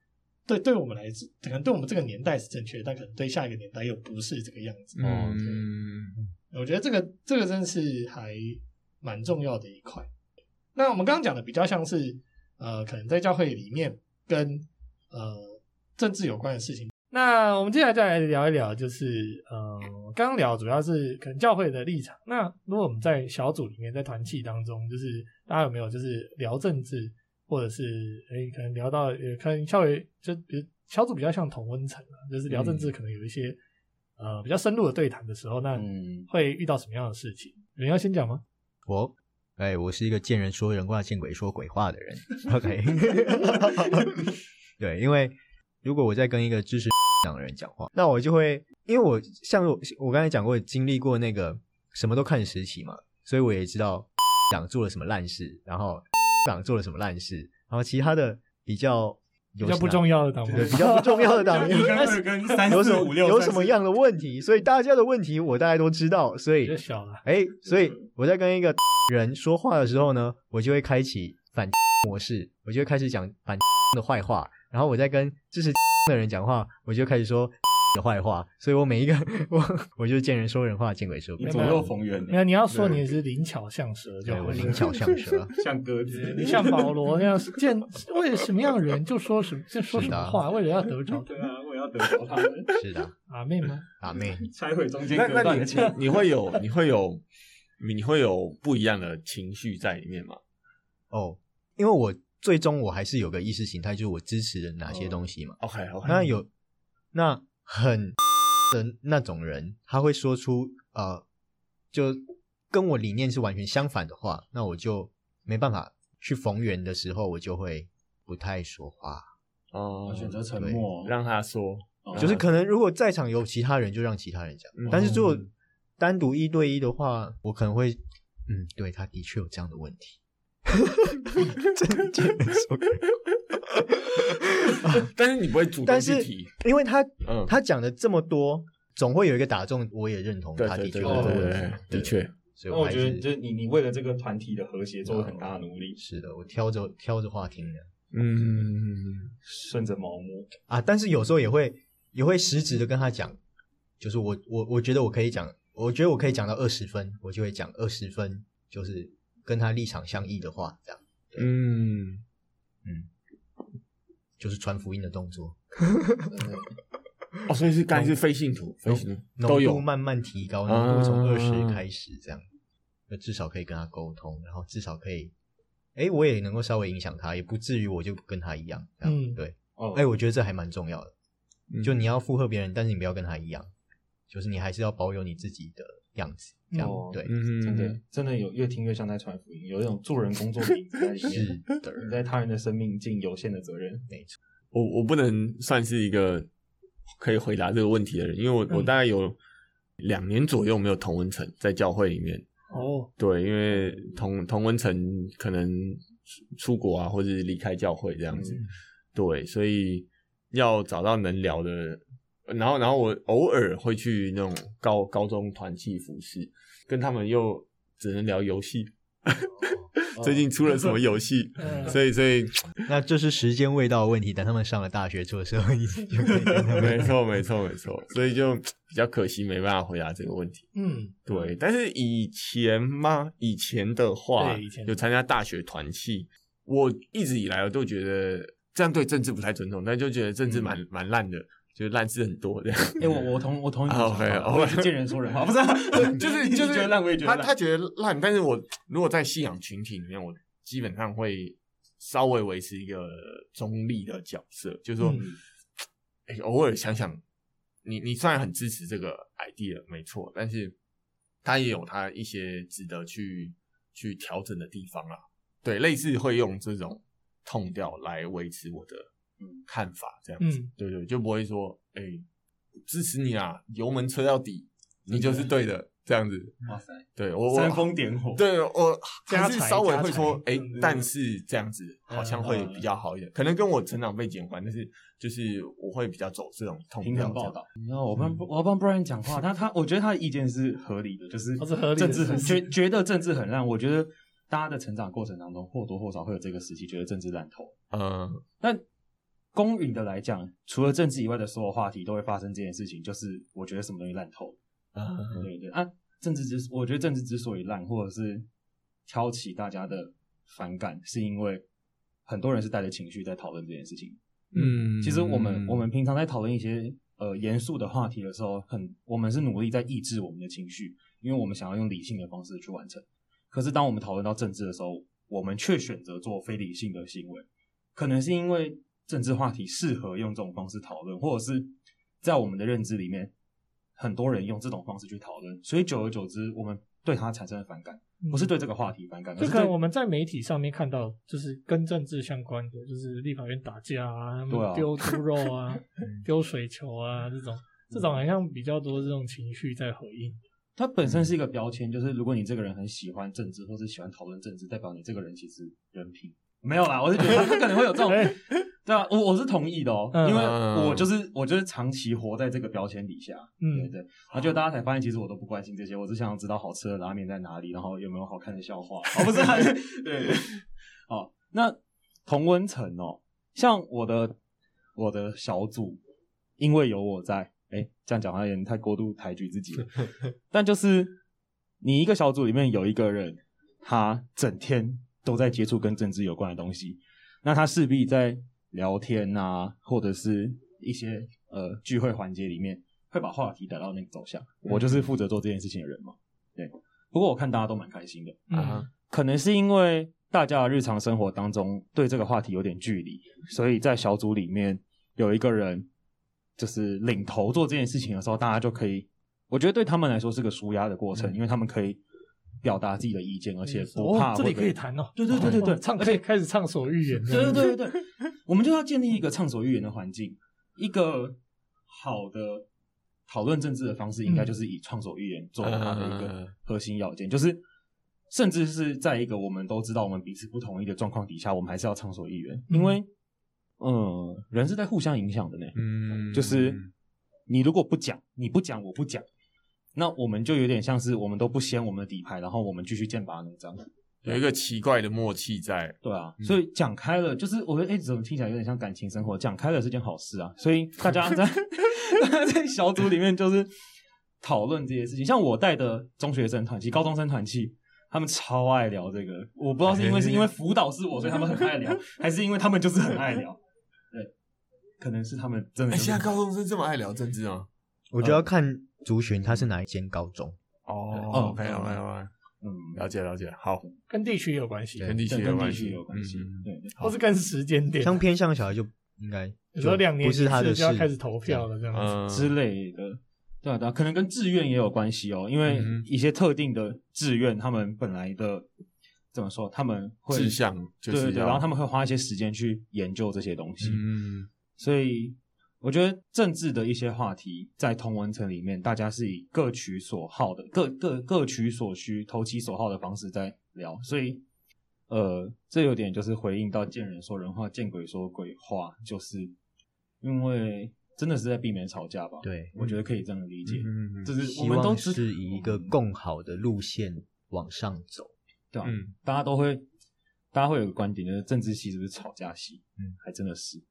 对我们来说，可能对我们这个年代是正确的，但可能对下一个年代又不是这个样子。我觉得这个真的是还蛮重要的一块。那我们刚刚讲的比较像是可能在教会里面跟政治有关的事情。那我们接下来再来聊一聊，就是刚刚聊主要是可能教会的立场。那如果我们在小组里面，在团契当中，就是大家有没有就是聊政治，或者是可能聊到可能稍微就比如小组比较像同温层就是聊政治可能有一些比较深入的对谈的时候，那会遇到什么样的事情？有人要先讲吗？ 我是一个见人说人话，见鬼说鬼话的人。OK， 对，因为如果我在跟一个支持党的人讲话，那我就会，因为像我刚才讲过，经历过那个什么都看时期嘛，所以我也知道党做了什么烂事，然后党做了什么烂事，然后其他的比较不重要的党员， 比较不重要的党员有什么样的问题，所以大家的问题我大概都知道，所以所以我在跟一个人说话的时候呢，我就会开启反模式，我就会开始讲反的坏话，然后我在跟支持的人讲话，我就开始说的坏话，所以我每一个我就见人说人话，见鬼说鬼话， 左右逢源。 你要说你是灵巧像蛇就好， 灵巧像蛇， 像鸽子， 你像保罗那样见为了什么样的人就说什么话，为了要得着。 对啊，为了要得着他们。 是的， 阿妹吗？ 阿妹， 拆毁中间隔断的墙。 你会有不一样的情绪在里面吗？ 因为我最终我还是有个意识形态，就是我支持的哪些东西嘛。 OK， 那很的那种人，他会说出就跟我理念是完全相反的话，那我就没办法去逢源的时候，我就会不太说话。 选择沉默， 让他说。 就是可能如果在场有其他人，就让其他人讲。但是如果单独1对1的话，我可能会对，他的确有这样的问题。 但是你不会主动去提， 因为他讲的这么多，总会有一个打中，我也认同他的确有这个问题， 的确。 所以我觉得，就是你为了这个团体的和谐做了很大的努力。 是的，我挑着话听的， 顺着毛摸但是有时候也会实质的跟他讲，就是我觉得我可以讲，我觉得我可以讲到20分，我就会讲20分，就是跟他立场相异的话，这样。就是传福音的动作。 所以是刚才是非信徒都有浓度慢慢提高，浓度从20开始这样，就至少可以跟他沟通，然后至少可以，我也能够稍微影响他，也不至于我就跟他一样，这样对。我觉得这还蛮重要的，就你要附和别人，但是你不要跟他一样，就是你还是要保有你自己的样子，这样对。 真的有越听越像在传福音，有一种助人工作的影子在里面。 是的， 你在他人的生命尽有限的责任。 没错， 我不能算是一个可以回答这个问题的人，因为我大概有2年左右没有同温层在教会里面。对，因为同温层可能出国啊，或者是离开教会这样子。对，所以要找到能聊的，然后我偶尔会去那种高中团契服侍，跟他们又只能聊游戏。最近出了什么游戏？所以那这是时间未到的问题。等他们上了大学，出了社会，你就可以跟他们。 没错，所以就比较可惜，没办法回答这个问题。对。但是以前的话，有参加大学团契，我一直以来我都觉得这样对政治不太尊重，但就觉得政治蛮烂的。就是烂事很多这样。 我同意你的想法，我也是见人说人话，不是就是觉得烂，我也觉得烂。 他觉得烂，但是我如果在信仰群体里面，我基本上会稍微维持一个中立的角色，就是说，偶尔想想，你虽然很支持这个 idea 没错，但是他也有他一些值得去调整的地方啦。对，类似会用这种痛调来维持我的看法这样子，对，就不会说支持你啊，油门车到底，你就是对的这样子。 哇塞， 对我煽风点火， 对我还是稍微会说但是这样子好像会比较好一点，可能跟我成长背景有关，但是就是我会比较走这种痛调平衡报道。然后我要帮 Brian 讲话，我觉得他的意见是合理的，就是政治很觉得政治很烂，我觉得大家的成长过程当中或多或少会有这个时期觉得政治烂透，但公允的来讲，除了政治以外的所有话题都会发生这件事情，就是我觉得什么东西烂透了。对对啊，我觉得政治之所以烂，或者是挑起大家的反感，是因为很多人是带着情绪在讨论这件事情。其实我们平常在讨论一些严肃的话题的时候，我们是努力在抑制我们的情绪，因为我们想要用理性的方式去完成。可是当我们讨论到政治的时候，我们却选择做非理性的行为，可能是因为政治话题适合用这种方式讨论，或者是在我们的认知里面，很多人用这种方式去讨论，所以久而久之，我们对它产生了反感，不是对这个话题反感， 就可能我们在媒体上面看到，就是跟政治相关的，就是立法院打架啊，他们丢猪肉啊，丢水球啊，这种好像比较多这种情绪在回应。 它本身是一个标签，就是如果你这个人很喜欢政治，或是喜欢讨论政治，代表你这个人其实人品没有啦。我是觉得他可能会有这种，对啊，我是同意的哦，因为我就是长期活在这个标签底下，对对。然后就大家才发现，其实我都不关心这些，我只想要知道好吃的拉面在哪里，然后有没有好看的笑话。不是，对对。好，那同温层哦，像我的小组，因为有我在。这样讲好像有点太过度抬举自己了。但就是你一个小组里面有一个人，他整天都在接触跟政治有关的东西，那他势必在聊天啊，或者是一些聚会环节里面，会把话题带到那个走向。我就是负责做这件事情的人嘛。对，不过我看大家都蛮开心的。可能是因为大家的日常生活当中对这个话题有点距离，所以在小组里面有一个人就是领头做这件事情的时候，大家就可以，我觉得对他们来说是个抒压的过程，因为他们可以表达自己的意见，而且不怕这里可以谈哦。对， 可以开始畅所欲言。 对，我们就要建立一个畅所欲言的环境。一个好的讨论政治的方式，应该就是以畅所欲言作为它的一个核心要件，就是甚至是在一个我们都知道我们彼此不同意的状况底下，我们还是要畅所欲言，因为人是在互相影响的呢。就是你如果不讲，你不讲，我不讲，那我们就有点像是我们都不掀我们的底牌，然后我们继续剑拔弩张， 有一个奇怪的默契在。 对啊，所以讲开了，就是我觉得怎么听起来有点像感情生活，讲开了是件好事啊。所以大家在小组里面就是讨论这些事情，像我带的中学生团契、高中生团契。他们超爱聊这个，我不知道是因为辅导是我，所以他们很爱聊，还是因为他们就是很爱聊。对，可能是他们真的。 现在高中生这么爱聊政治吗？ 我就要看族群他是哪一间高中。 OK，了解，好， 跟地区有关系， 跟地区有关系， 对，或是跟时间点， 像偏向小孩就应该， 有时候2年不是他的就要开始投票了，这样子之类的。对啊，可能跟志愿也有关系哦，因为一些特定的志愿，他们本来的怎么说，他们会志向就是对，然后他们会花一些时间去研究这些东西。所以我觉得政治的一些话题在同温层里面，大家是以各取所好的、各取所需、投其所好的方式在聊，所以这有点就是回应到见人说人话，见鬼说鬼话，就是因为。真的是在避免吵架吧？ 对， 我觉得可以这样理解。就是希望是以一个更好的路线往上走， 对吧？大家会有个观点，就是政治系是不是吵架系？还真的是，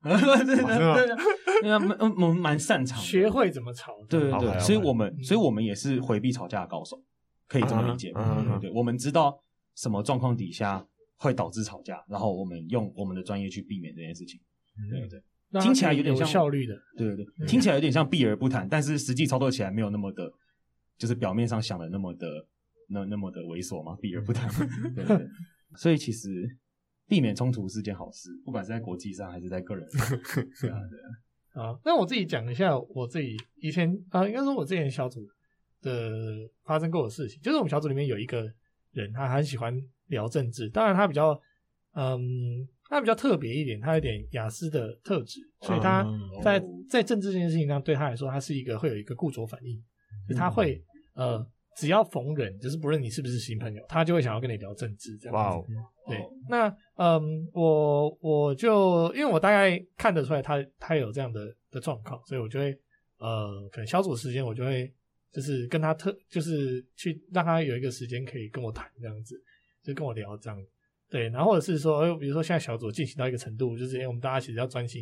对，我们蛮擅长的， 学会怎么吵。 对，所以我们也是回避吵架的高手，可以这么理解。对，我们知道什么状况底下会导致吵架，然后我们用我们的专业去避免这件事情。对。听起来有点像效率的，对， 听起来有点像避而不谈，但是实际操作起来没有那么的，就是表面上想的那么的猥琐嘛，避而不谈。对，所以其实避免冲突是件好事，不管是在国际上还是在个人上。对啊。 好，那我自己讲一下我自己以前应该说我之前小组的发生过的事情，就是我们小组里面有一个人，他很喜欢聊政治，当然他比较特别一点，他有点雅思的特质，所以他在政治这件事情上，对他来说，他是会有一个固着反应，就他会只要逢人，就是不论你是不是新朋友，他就会想要跟你聊政治这样子。对，那我就因为我大概看得出来他有这样的状况，所以我就会可能小组时间我就会就是跟他就是去让他有一个时间可以跟我谈这样子，就跟我聊这样子。对，然后或者是说，比如说现在小组进行到一个程度，就是我们大家其实要专心，就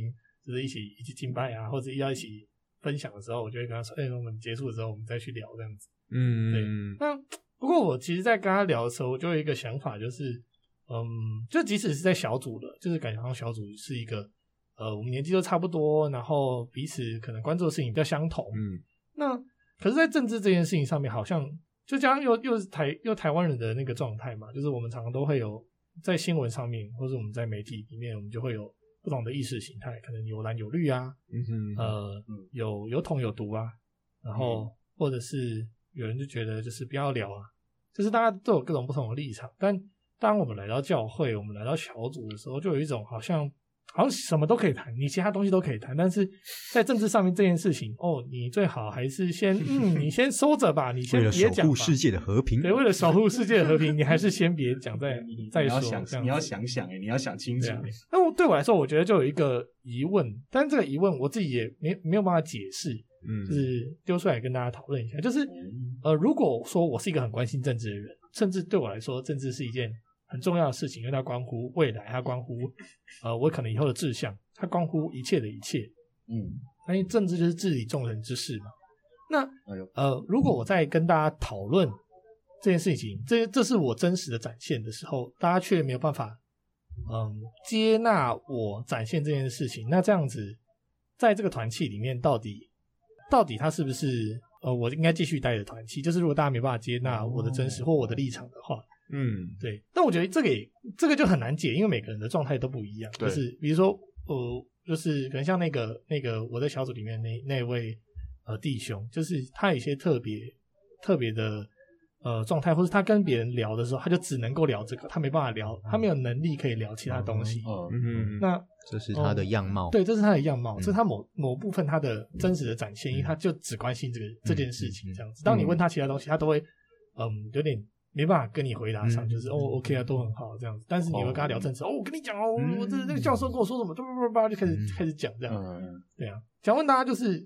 就是一起敬拜啊，或者要一起分享的时候，我就会跟他说，我们结束的时候我们再去聊这样子。对。那不过我其实在跟他聊的时候，我就有一个想法，就是就即使是在小组的，就是感觉好像小组是一个我们年纪都差不多，然后彼此可能关注的事情比较相同。那可是在政治这件事情上面，好像就加上又是台湾人的那个状态嘛，就是我们常常都会有在新闻上面，或者我们在媒体里面，我们就会有不同的意识形态，可能有蓝有绿啊，有统有独啊，然后或者是有人就觉得就是不要聊啊，就是大家都有各种不同的立场。但当我们来到教会，我们来到小组的时候，就有一种好像什么都可以谈，你其他东西都可以谈，但是在政治上面这件事情，你最好还是先你先收着吧，你先别讲吧。为了守护世界的和平， 对，为了守护世界的和平，你还是先别讲再说。 你要想想你要想清楚。 那对我来说，我觉得就有一个疑问，但这个疑问我自己也没有办法解释，就是丢出来跟大家讨论一下。就是如果说我是一个很关心政治的人，甚至对我来说，政治是一件很重要的事情，因为它关乎未来，它关乎我可能以后的志向，它关乎一切的一切。因为政治就是治理众人之事嘛。那如果我在跟大家讨论这件事情，这是我真实的展现的时候，大家却没有办法接纳我展现这件事情，那这样子在这个团契里面到底它是不是我应该继续待的团契？就是如果大家没办法接纳我的真实或我的立场的话。对，但我觉得这个就很难解，因为每个人的状态都不一样。就是比如说，就是可能像那个我在小组里面那位弟兄，就是他有一些特别的状态，或是他跟别人聊的时候，他就只能够聊这个，他没办法聊，他没有能力可以聊其他东西。那这是他的样貌。 对，这是他的样貌，这是他某部分他的真实的展现，因为他就只关心这件事情这样子。当你问他其他东西，他都会有点没办法跟你回答上，就是OK 啊，都很好这样子。但是你会跟他聊政治，我跟你讲我这个教授跟我说什么，就开始讲这样。对啊，想问大家就是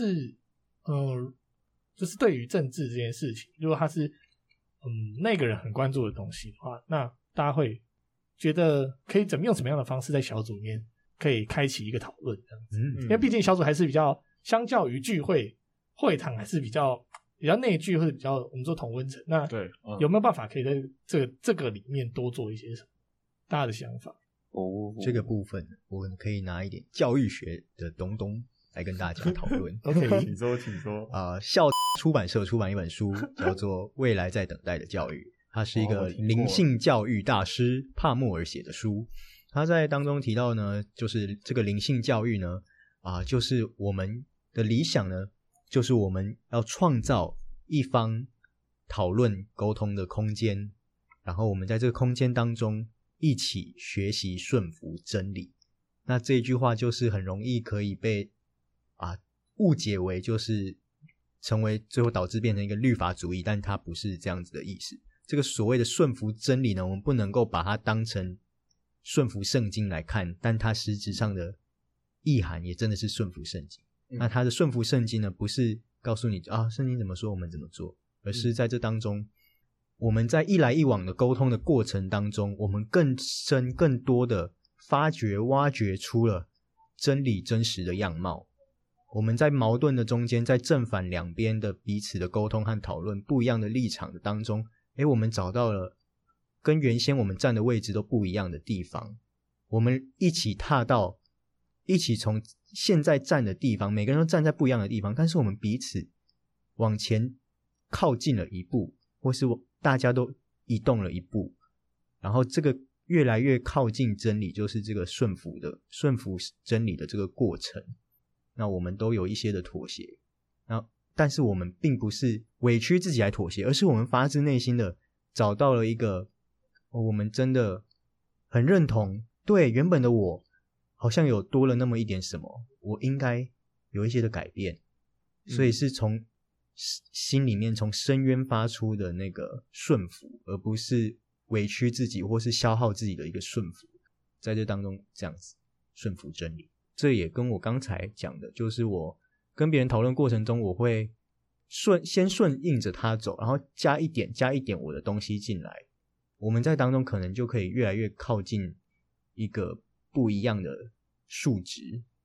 对于政治这件事情，如果他是那个人很关注的东西的话，那大家会觉得可以用什么样的方式在小组里面可以开启一个讨论这样子？因为毕竟小组还是比较相较于聚会堂还是比较内聚或者比较我们说同温层。那对有没有办法可以在这个里面多做一些什么？大家的想法？ 这个部分我们可以拿一点教育学的东来跟大家讨论。 OK， 请说。 校出版社出版一本书，叫做《未来在等待的教育》，它是一个灵性教育大师帕默尔写的书。他在当中提到呢，就是这个灵性教育呢，就是我们的理想呢，就是我们要创造一方讨论沟通的空间，然后我们在这个空间当中一起学习顺服真理。那这一句话就是很容易可以被误解为就是成为最后导致变成一个律法主义，但它不是这样子的意思。这个所谓的顺服真理呢，我们不能够把它当成顺服圣经来看，但它实质上的意涵也真的是顺服圣经。那它的顺服圣经呢，不是告诉你圣经怎么说我们怎么做，而是在这当中我们在一来一往的沟通的过程当中，我们更深更多的挖掘出了真理真实的样貌。我们在矛盾的中间，在正反两边的彼此的沟通和讨论不一样的立场的当中，我们找到了跟原先我们站的位置都不一样的地方。我们一起从现在站的地方，每个人都站在不一样的地方，但是我们彼此往前靠近了一步，或是大家都移动了一步，然后这个越来越靠近真理，就是这个顺服真理的这个过程。那我们都有一些的妥协，但是我们并不是委屈自己来妥协，而是我们发自内心的找到了一个我们真的很认同，对原本的我好像有多了那么一点什么，我应该有一些的改变，所以是从心里面从深渊发出的那个顺服，而不是委屈自己或是消耗自己的一个顺服，在这当中这样子顺服真理。这也跟我刚才讲的，就是我跟别人讨论过程中，我会先顺应着他走，然后加一点我的东西进来，我们在当中可能就可以越来越靠近一个不一样的数值。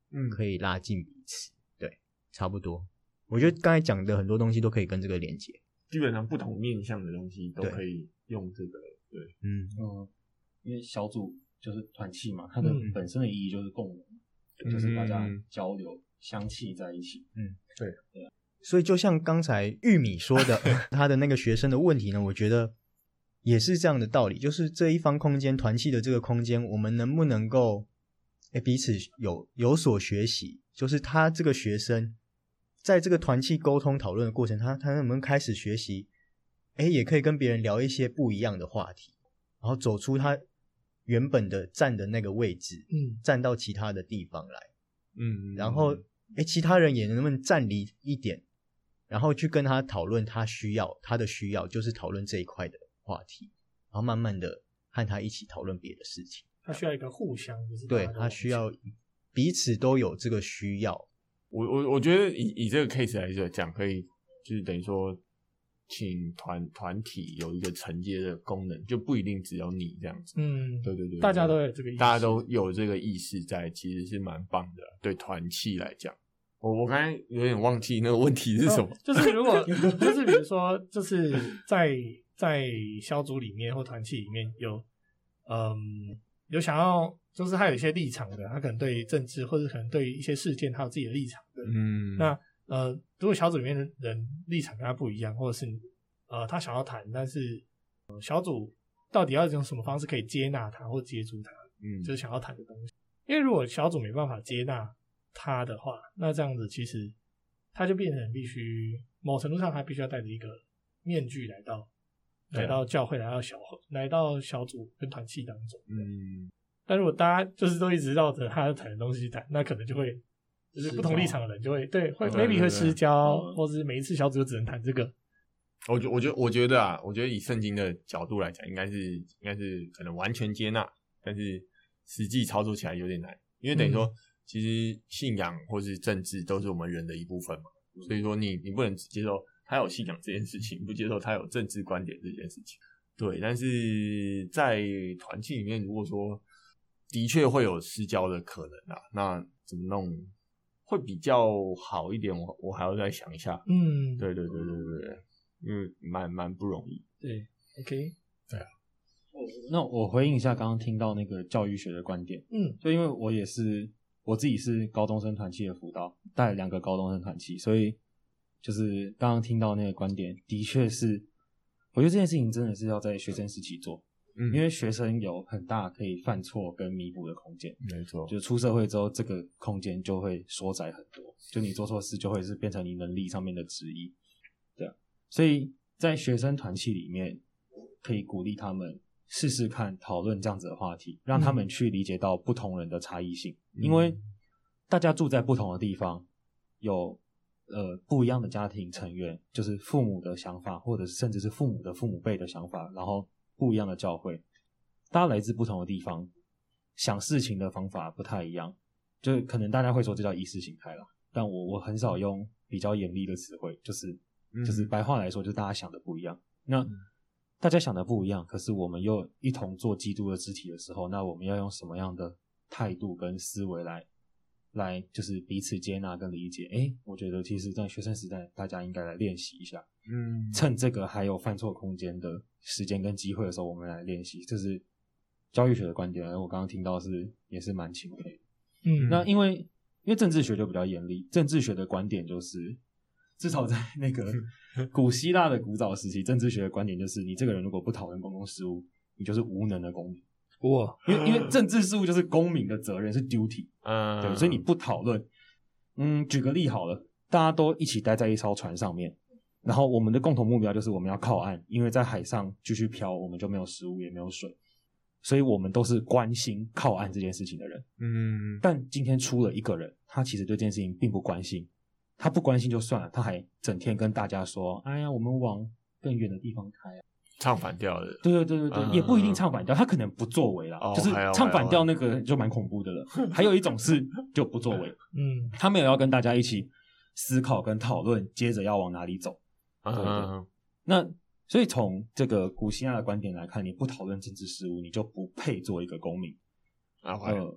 可以拉近彼此。对，差不多。我觉得刚才讲的很多东西都可以跟这个连接， 基本上不同面向的东西都可以用这个。对， 因为小组就是团契嘛，它的本身的意义就是共融，就是大家交流相契在一起。 对啊。 所以就像刚才玉米说的，他的那个学生的问题呢，我觉得也是这样的道理，就是这一方空间团契的这个空间，我们能不能够彼此有所学习，就是他这个学生在这个团契沟通讨论的过程，他能不能开始学习也可以跟别人聊一些不一样的话题，然后走出他原本的站的那个位置，站到其他的地方来，然后其他人也能不能站离一点，然后去跟他讨论他的需要就是讨论这一块的话题，然后慢慢的和他一起讨论别的事情。 他需要一个互相，就是对，他需要彼此都有这个需要。 我觉得以这个 case 来讲，可以就是等于说，请团体有一个承接的功能，就不一定只有你这样子。对， 大家都有这个意识， 大家都有这个意识在，其实是蛮棒的。对团契来讲，我刚才有点忘记那个问题是什么。 就是如果就是比如说，就是在小组里面或团契里面有想要，就是他有一些立场的，他可能对政治或者可能对一些事件他有自己的立场的。那如果小组里面的人立场跟他不一样，或者是他想要谈，但是小组到底要用什么方式可以接纳他或接住他，就是想要谈的东西。因为如果小组没办法接纳他的话，那这样子其实他就变成必须某程度上他必须要戴着一个面具来到教会，来到小组跟团契当中。但如果大家就是都一直绕着他谈的东西谈，那可能就会就是不同立场的人就会maybe 会失焦，或是每一次小组就只能谈这个。 我觉得以圣经的角度来讲，应该是可能完全接纳，但是实际操作起来有点难，因为等于说其实信仰或是政治都是我们人的一部分嘛，所以说你不能只接受他有信仰这件事情，不接受他有政治观点这件事情。对，但是在团契里面，如果说的确会有失焦的可能啊，那怎么弄会比较好一点？我还要再想一下。对，因为蛮不容易。 对 ，OK， 对啊。 那我回应一下刚刚听到那个教育学的观点。就因为我自己是高中生团契的辅导，带2个高中生团契，所以就是刚刚听到那个观点，的确是，我觉得这件事情真的是要在学生时期做。因为学生有很大可以犯错跟弥补的空间， 没错， 就出社会之后，这个空间就会缩窄很多，就你做错事就会是变成你能力上面的质疑，对啊，所以在学生团契里面，可以鼓励他们试试看讨论这样子的话题，让他们去理解到不同人的差异性，因为大家住在不同的地方，有不一样的家庭成员，就是父母的想法，或者是甚至是父母的父母辈的想法，然后不一样的教会，大家来自不同的地方，想事情的方法不太一样，就可能大家会说这叫意识形态啦，但我很少用比较严厉的词汇，就是白话来说，就是大家想的不一样。那大家想的不一样，可是我们又一同做基督的肢体的时候，那我们要用什么样的态度跟思维来就是彼此接纳跟理解。我觉得其实在学生时代大家应该来练习一下，趁这个还有犯错空间的时间跟机会的时候，我们来练习。这是教育学的观点，我刚刚听到也是蛮钦佩的。那因为政治学就比较严厉，政治学的观点就是至少在那个古希腊的古早时期，政治学的观点就是你这个人如果不讨论公共事务，你就是无能的公民。因为政治事务就是公民的责任，是 duty， 对，所以你不讨论。举个例好了，大家都一起待在一艘船上面，然后我们的共同目标就是我们要靠岸，因为在海上继续漂，我们就没有食物也没有水，所以我们都是关心靠岸这件事情的人。但今天出了一个人，他其实对这件事情并不关心，他不关心就算了，他还整天跟大家说：“哎呀，我们往更远的地方开啊。” 唱反调的， 对，也不一定唱反调，他可能不作为啦，就是唱反调那个就蛮恐怖的了。还有一种是就不作为，他没有要跟大家一起思考跟讨论，接着要往哪里走。对，那所以从这个古希腊的观点来看，你不讨论政治事务，你就不配做一个公民。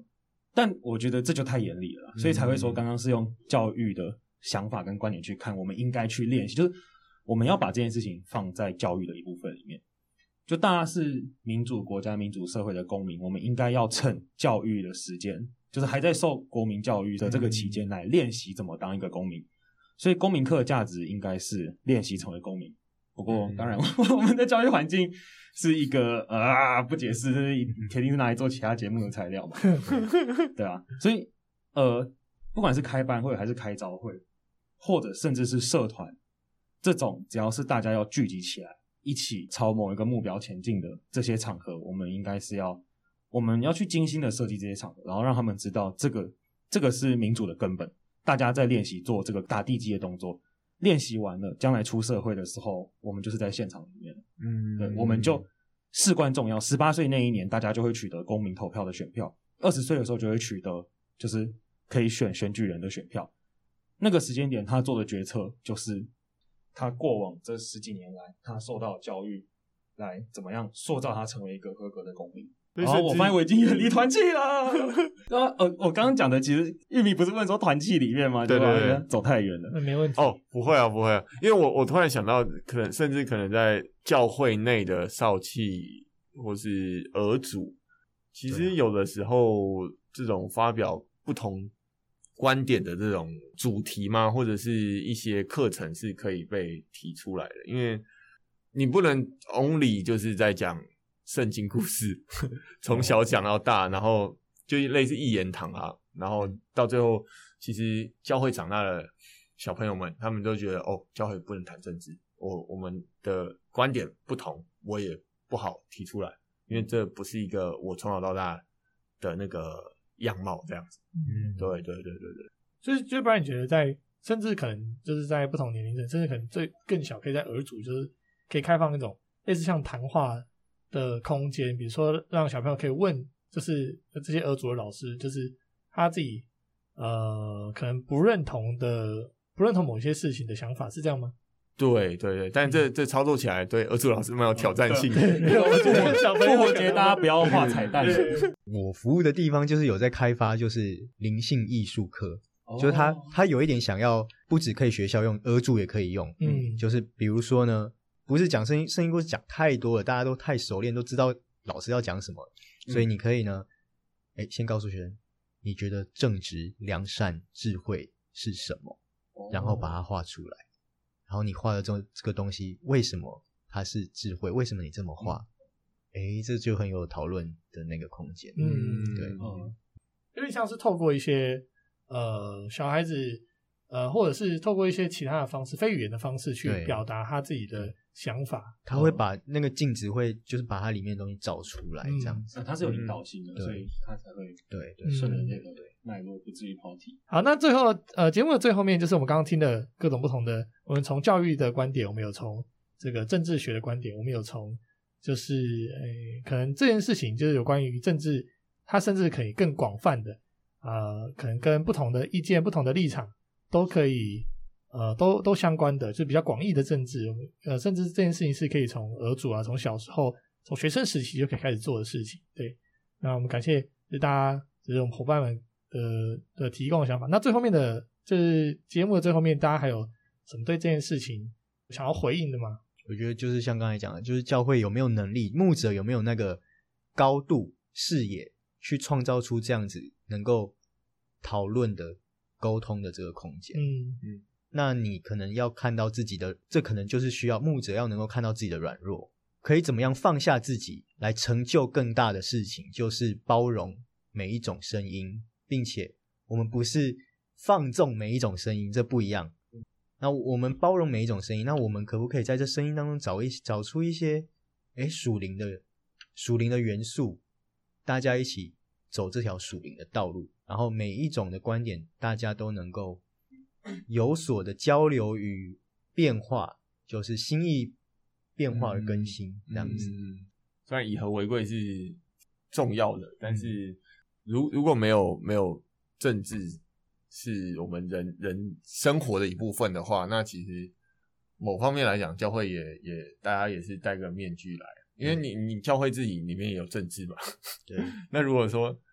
但我觉得这就太严厉了，所以才会说刚刚是用教育的想法跟观点去看，我们应该去练习，就是我们要把这件事情放在教育的一部分里面。就大家是民主国家、民主社会的公民，我们应该要趁教育的时间，就是还在受国民教育的这个期间来练习怎么当一个公民。所以公民课的价值应该是练习成为公民。不过当然我们的教育环境是一个不解释，铁定是拿来做其他节目的材料嘛。对啊，所以不管是开班会还是开朝会，或者甚至是社团，这种只要是大家要聚集起来一起朝某一个目标前进的这些场合，我们应该是我们要去精心的设计这些场合，然后让他们知道这个是民主的根本。大家在练习做这个打地基的动作，练习完了，将来出社会的时候，我们就是在现场里面。对，我们就事关重要。18岁那一年，大家就会取得公民投票的选票；20岁的时候就会取得就是可以选举人的选票。那个时间点，他做的决策就是他过往这10几年来，他受到教育来怎么样塑造他成为一个合格的公民。然后我发现我已经远离团契了。我刚刚讲的其实玉米不是问说团契里面吗？对吧？对，走太远了。 没问题。 不会啊，不会啊，因为我突然想到，甚至可能在教会内的少契或是儿主，其实有的时候这种发表不同观点的这种主题嘛，或者是一些课程是可以被提出来的，因为你不能 only 就是在讲圣经故事，从小讲到大，然后就类似一言堂啊，然后到最后，其实教会长大的小朋友们，他们都觉得教会不能谈政治，我们的观点不同，我也不好提出来，因为这不是一个我从小到大的那个样貌这样子。对。 所以就不然你觉得甚至可能就是在不同年龄层，甚至可能更小，可以在儿组就是可以开放那种类似像谈话的空间，比如说让小朋友可以问，就是这些儿组的老师，就是他自己可能不认同某些事情的想法，是这样吗？ 对，但这操作起来对儿组老师蛮有挑战性的。 复活节大家不要画彩蛋。 我服务的地方就是有在开发，就是灵性艺术课，就是他有一点想要，不只可以学校用，儿组也可以用。就是比如说呢，不是讲圣经故事讲太多了，大家都太熟练，都知道老师要讲什么，所以你可以呢，先告诉学生，你觉得正直、良善、智慧是什么，然后把它画出来，然後你画的这个东西为什么它是智慧，为什么你这么画，这就很有讨论的那个空间。对， 有点像是透过一些小孩子或者是透过一些其他的方式，非语言的方式去表达他自己的想法。 他会把那个镜子会就是把它里面的东西找出来，这样子。 他是有引导性的，所以他才会对顺着那个脉络，不至于跑题。 好，那最后节目的最后面就是我们刚刚听的各种不同的，我们从教育的观点，我们有从这个政治学的观点，我们有从就是可能这件事情就是有关于政治，它甚至可以更广泛的可能跟不同的意见、不同的立场都可以都相关的，就比较广义的政治，甚至这件事情是可以从儿主从小时候从学生时期就可以开始做的事情。对，那我们感谢大家，就是我们伙伴们的提供的想法。那最后面的就是节目的最后面，大家还有什么对这件事情想要回应的吗？ 我觉得就是像刚才讲的，就是教会有没有能力，牧者有没有那个高度视野去创造出这样子能够讨论的沟通的这个空间。那你可能要看到自己的，这可能就是需要牧者要能够看到自己的软弱，可以怎么样放下自己来成就更大的事情，就是包容每一种声音，并且我们不是放纵每一种声音，这不一样。那我们包容每一种声音，那我们可不可以在这声音当中找出一些属灵的元素，大家一起走这条属灵的道路，然后每一种的观点大家都能够有所的交流与变化，就是心意变化而更新这样子。 虽然以和为贵是重要的，但是如果没有政治是我们人生活的一部分的话，那其实某方面来讲，教会也大家也是戴个面具来，因为你教会自己里面也有政治嘛。 对。 那如果说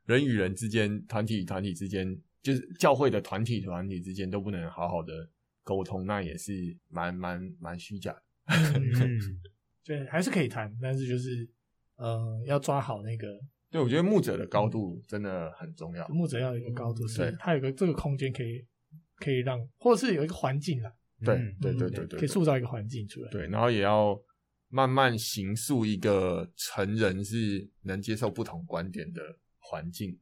人与人之间、团体与团体之间，就是教会的团体之间都不能好好的沟通，那也是蛮虚假的。 对，还是可以谈，但是就是要抓好那个。 对，我觉得牧者的高度真的很重要。 牧者要有一个高度，是对他有个这个空间可以让，或者是有一个环境啦。 对， 可以塑造一个环境出来。 对，然后也要慢慢形塑一个成人是能接受不同观点的环境。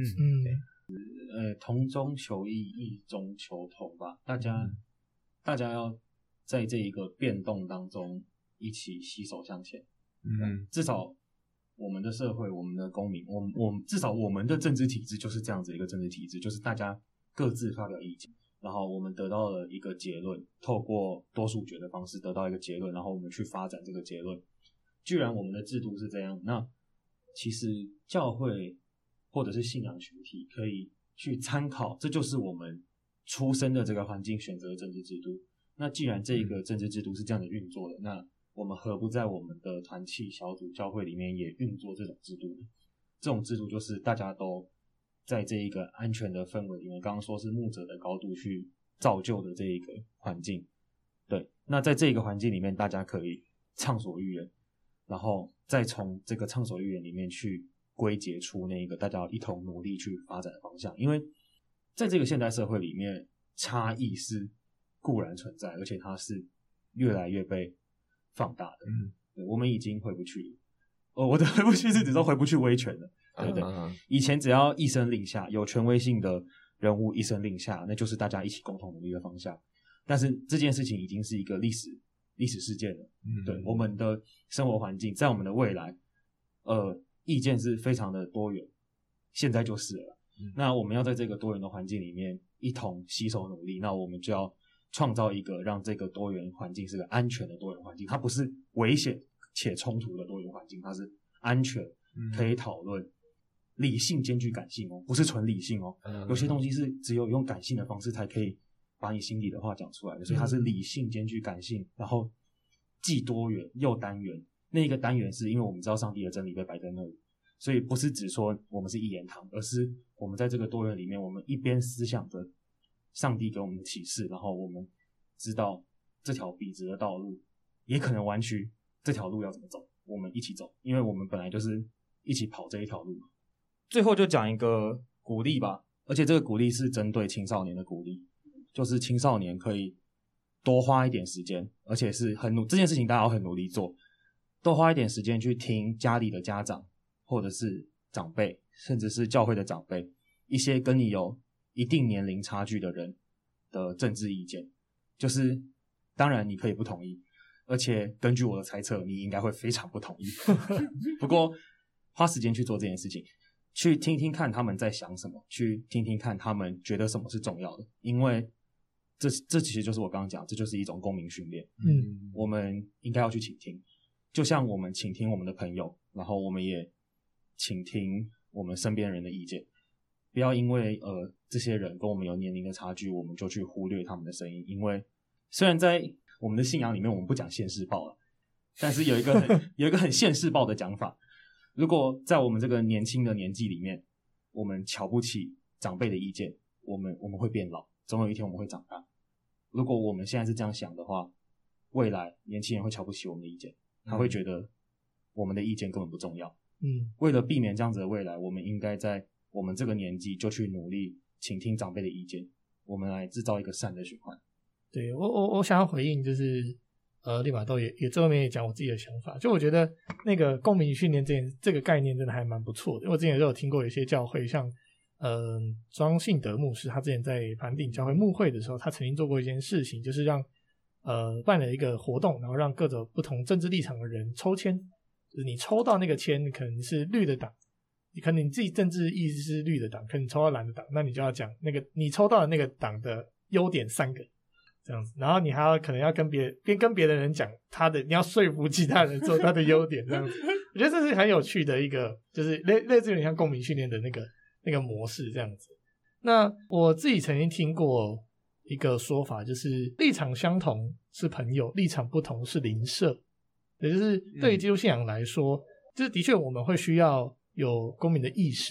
同中求异，异中求同吧。大家要在这一个变动当中一起携手向前。至少我们的社会，我们的公民，至少我们的政治体制就是这样子一个政治体制，就是大家各自发表意见，然后我们得到了一个结论，透过多数决的方式得到一个结论，然后我们去发展这个结论。既然我们的制度是这样，那其实教会或者是信仰群体可以去参考，这就是我们出生的这个环境选择的政治制度。那既然这个政治制度是这样的运作的，那我们何不在我们的团契小组教会里面也运作这种制度呢？这种制度就是大家都在这一个安全的氛围里面，刚刚说是牧者的高度去造就的这一个环境。对，那在这个环境里面，大家可以畅所欲言，然后再从这个畅所欲言里面去归结出那个大家一同努力去发展的方向。因为在这个现代社会里面，差异是固然存在，而且它是越来越被放大的。对，我们已经回不去了。我的回不去是指说回不去威权了。对不对？以前只要一声令下，有权威性的人物一声令下，那就是大家一起共同努力的方向。但是这件事情已经是一个历史事件了。对，我们的生活环境在我们的未来，意见是非常的多元，现在就是了。那我们要在这个多元的环境里面一同携手努力，那我们就要创造一个让这个多元环境是个安全的多元环境，它不是危险且冲突的多元环境，它是安全，可以讨论。理性兼具感性哦，不是纯理性哦。有些东西是只有用感性的方式才可以把你心里的话讲出来的，所以它是理性兼具感性，然后既多元又单元。那个单元是因为我们知道上帝的真理被摆在那里，所以不是只说我们是一言堂，而是我们在这个多元里面，我们一边思想着上帝给我们的启示，然后我们知道这条笔直的道路也可能弯曲，这条路要怎么走，我们一起走，因为我们本来就是一起跑这一条路嘛。最后就讲一个鼓励吧，而且这个鼓励是针对青少年的鼓励，就是青少年可以多花一点时间，而且是这件事情大家要很努力做，多花一点时间去听家里的家长或者是长辈，甚至是教会的长辈，一些跟你有一定年龄差距的人的政治意见。就是当然你可以不同意，而且根据我的猜测你应该会非常不同意不过花时间去做这件事情，去听听看他们在想什么，去听听看他们觉得什么是重要的，因为这其实就是我刚刚讲，这就是一种公民训练。我们应该要去倾听，就像我们倾听我们的朋友，然后我们也倾听我们身边人的意见，不要因为这些人跟我们有年龄的差距，我们就去忽略他们的声音。因为虽然在我们的信仰里面我们不讲现世报了，但是有一个很现世报的讲法。如果在我们这个年轻的年纪里面，我们瞧不起长辈的意见，我们会变老，总有一天我们会长大。如果我们现在是这样想的话，未来年轻人会瞧不起我们的意见，他会觉得我们的意见根本不重要。为了避免这样子的未来，我们应该在我们这个年纪就去努力倾听长辈的意见，我们来制造一个善的循环。 对，我想要回应就是利玛窦也最后面也讲我自己的想法，就我觉得那个公民训练这个概念真的还蛮不错的。因为我之前就有听过有些教会，像庄信德牧师，他之前在盘顶教会牧会的时候，他曾经做过一件事情，就是让办了一个活动，然后让各种不同政治立场的人抽签，就是你抽到那个签可能是绿的党，可能你自己政治意识是绿的党，可能你抽到蓝的党，那你就要讲那个你抽到的那个党的优点3个这样子，然后你还要可能要跟别的人讲他的，你要说服其他人做他的优点这样子。我觉得这是很有趣的一个，就是类似有点像公民训练的那个模式这样子。那我自己曾经听过一个说法，就是立场相同是朋友，立场不同是邻舍。也就是对于基督信仰来说，就是的确我们会需要有公民的意识，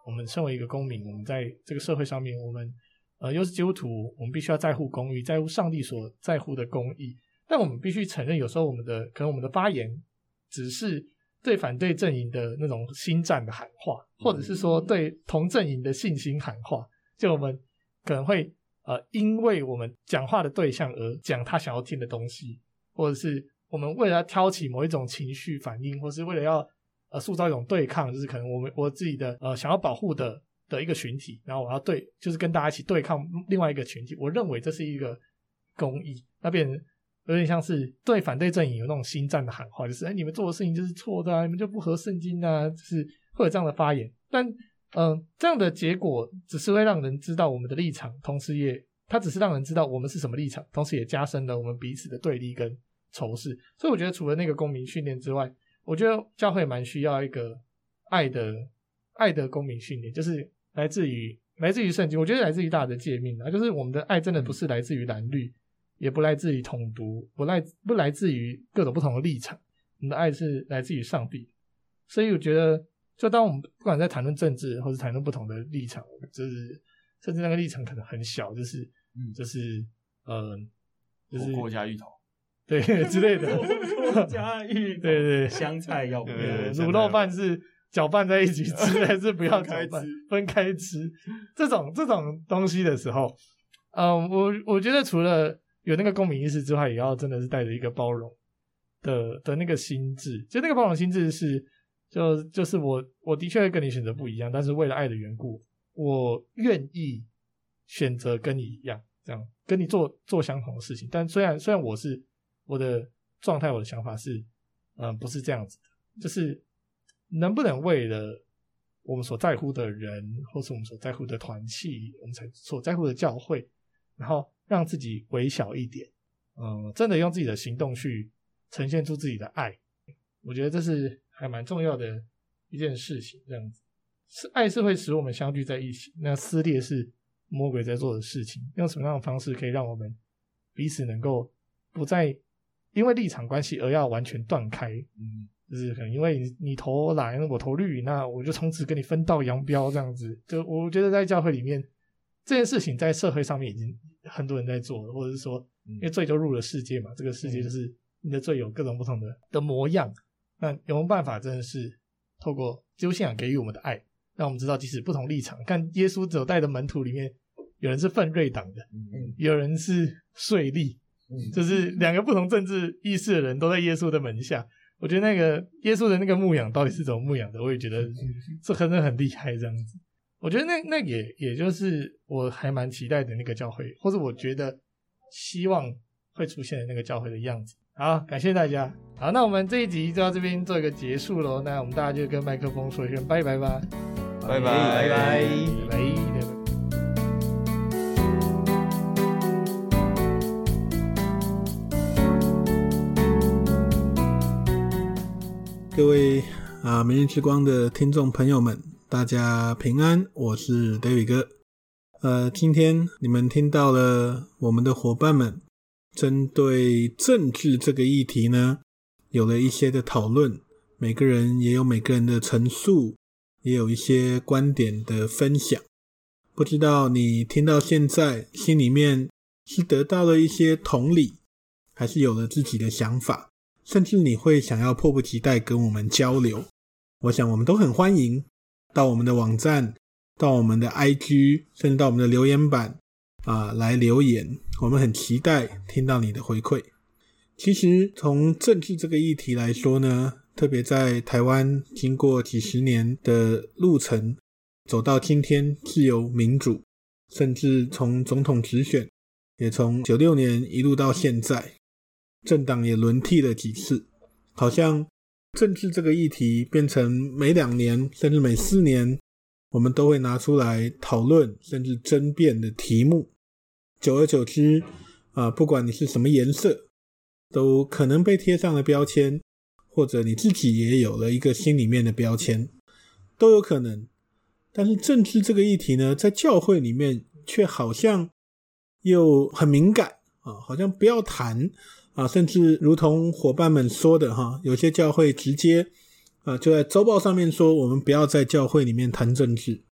我们身为一个公民，我们在这个社会上面，我们又是基督徒，我们必须要在乎公义，在乎上帝所在乎的公义。但我们必须承认，有时候可能我们的发言只是对反对阵营的那种心战的喊话，或者是说对同阵营的信心喊话。就我们可能会因为我们讲话的对象而讲他想要听的东西，或者是我们为了要挑起某一种情绪反应，或是为了要塑造一种对抗，就是可能我自己的想要保护的一个群体，然后我要就是跟大家一起对抗另外一个群体，我认为这是一个公义，那变成有点像是对反对阵营有那种心战的喊话，就是你们做的事情就是错的啊，你们就不合圣经啊，就是会有这样的发言。但这样的结果只是会让人知道我们的立场，同时它只是让人知道我们是什么立场，同时也加深了我们彼此的对立跟仇视。所以我觉得除了那个公民训练之外，我觉得教会蛮需要一个爱的公民训练，就是来自于圣经，我觉得来自于大的诫命啊，就是我们的爱真的不是来自于蓝绿，也不来自于统独，不来自于各种不同的立场，我们的爱是来自于上帝。所以我觉得就当我们不管在谈论政治或是谈论不同的立场，就是甚至那个立场可能很小，就是火锅加芋头， 对之类的， 火锅加芋头，对对，香菜要不要？ 卤肉饭是搅拌在一起吃还是不要搅拌分开吃？这种东西的时候，我觉得除了有那个公民意识之外，也要真的是带着一个包容的那个心智，就那个包容心智是。就是我的确会跟你选择不一样，但是为了爱的缘故，我愿意选择跟你一样，这样跟你做相同的事情。但虽然我的状态，我的想法是，不是这样子的，就是能不能为了我们所在乎的人，或是我们所在乎的团契，我们所在乎的教会，然后让自己微小一点，真的用自己的行动去呈现出自己的爱，我觉得这是还蛮重要的一件事情。这样子，爱是会使我们相聚在一起，那撕裂是魔鬼在做的事情。用什么样的方式可以让我们彼此能够不再因为立场关系而要完全断开？就是可能因为你投蓝我投绿，那我就从此跟你分道扬镳这样子。就我觉得在教会里面这件事情在社会上面已经很多人在做了，或者是说因为罪就入了世界嘛，这个世界就是你的罪有各种不同的模样。那有没有办法真的是透过基督信仰给予我们的爱，让我们知道即使不同立场，看耶稣走带的门徒里面有人是奋锐党的，有人是税吏，就是两个不同政治意识的人都在耶稣的门下。我觉得那个耶稣的那个牧养到底是怎么牧养的，我也觉得这真的很厉害这样子。我觉得那也就是我还蛮期待的那个教会，或者我觉得希望会出现的那个教会的样子。好，感谢大家。好，那我们这一集就到这边做一个结束咯。那我们大家就跟麦克风说一声拜拜吧， 拜拜拜拜。 各位明日之光的听众朋友们，大家平安，我是 David 哥。今天你们听到了我们的伙伴们针对政治这个议题呢，有了一些的讨论，每个人也有每个人的陈述，也有一些观点的分享。不知道你听到现在心里面是得到了一些同理，还是有了自己的想法，甚至你会想要迫不及待跟我们交流。我想我们都很欢迎到我们的网站，到我们的 IG， 甚至到我们的留言板来留言，我们很期待听到你的回馈。其实从政治这个议题来说呢，特别在台湾经过几十年的路程，走到今天自由民主，甚至从总统直选也从96年一路到现在，政党也轮替了几次，好像政治这个议题变成每2年甚至每4年我们都会拿出来讨论甚至争辩的题目。久而久之不管你是什么颜色，都可能被贴上了标签，或者你自己也有了一个心里面的标签，都有可能。但是政治这个议题呢，在教会里面却好像又很敏感好像不要谈甚至如同伙伴们说的有些教会直接就在周报上面说我们不要在教会里面谈政治。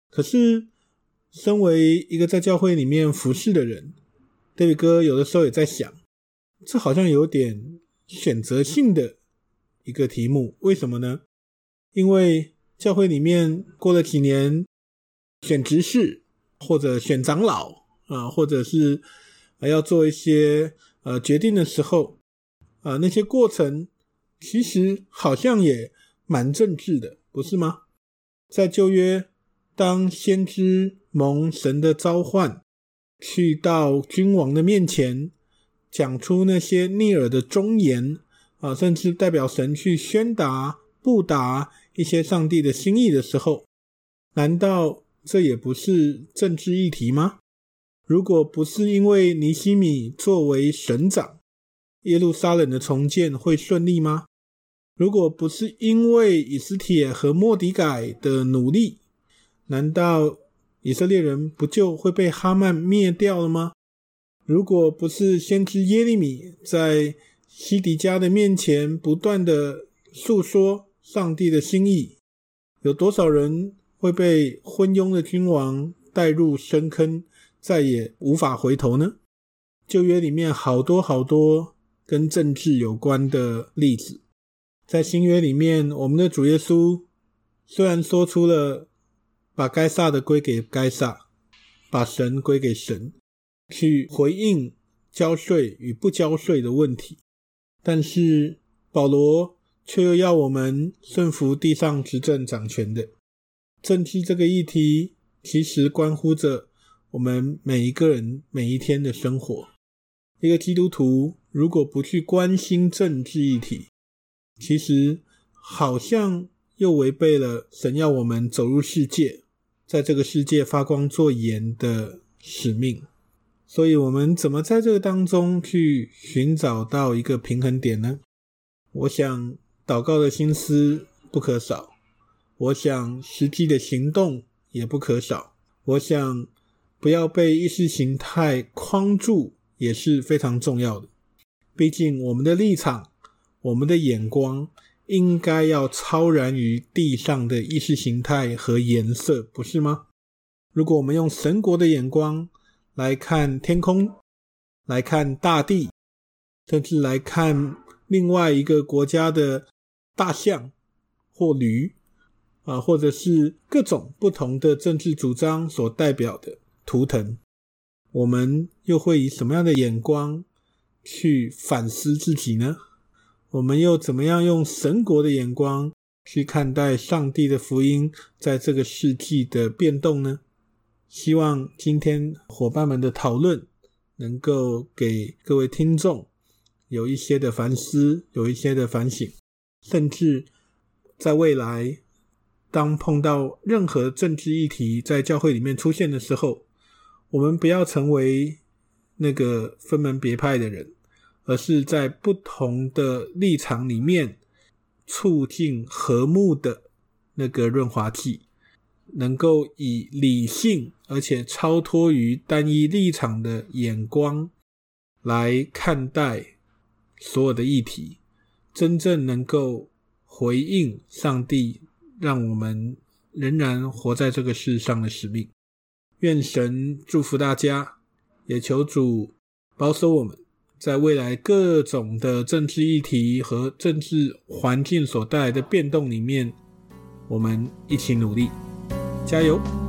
可是身为一个在教会里面服侍的人， David 哥有的时候也在想，这好像有点选择性的一个题目。为什么呢？因为教会里面过了几年选执事或者选长老或者是要做一些决定的时候那些过程其实好像也蛮政治的，不是吗？在旧约，当先知蒙神的召唤去到君王的面前讲出那些逆耳的忠言甚至代表神去宣达布达一些上帝的心意的时候，难道这也不是政治议题吗？如果不是因为尼希米作为省长，耶路撒冷的重建会顺利吗？如果不是因为以斯帖和末底改的努力，难道以色列人不就会被哈曼灭掉了吗？如果不是先知耶利米在西底家的面前不断的诉说上帝的心意，有多少人会被昏庸的君王带入深坑，再也无法回头呢？旧约里面好多跟政治有关的例子。在新约里面，我们的主耶稣虽然说出了把该撒的归给该撒，把神归给神，去回应交税与不交税的问题，但是保罗却又要我们顺服地上执政掌权的。政治这个议题其实关乎着我们每一个人每一天的生活。一个基督徒如果不去关心政治议题，其实好像又违背了神要我们走入世界，在这个世界发光做盐的使命。所以我们怎么在这个当中去寻找到一个平衡点呢？我想祷告的心思不可少，我想实际的行动也不可少，我想不要被意识形态框住也是非常重要的。毕竟我们的立场，我们的眼光应该要超然于地上的意识形态和颜色，不是吗？如果我们用神国的眼光来看天空，来看大地，甚至来看另外一个国家的大象或驴或者是各种不同的政治主张所代表的图腾，我们又会以什么样的眼光去反思自己呢？我们又怎么样用神国的眼光去看待上帝的福音在这个世纪的变动呢？希望今天伙伴们的讨论能够给各位听众有一些的反思，有一些的反省，甚至在未来当碰到任何政治议题在教会里面出现的时候，我们不要成为那个分门别派的人，而是在不同的立场里面促进和睦的那个润滑剂，能够以理性而且超脱于单一立场的眼光来看待所有的议题，真正能够回应上帝让我们仍然活在这个世上的使命。愿神祝福大家，也求主保守我们在未来各种的政治议题和政治环境所带来的变动里面，我们一起努力，加油！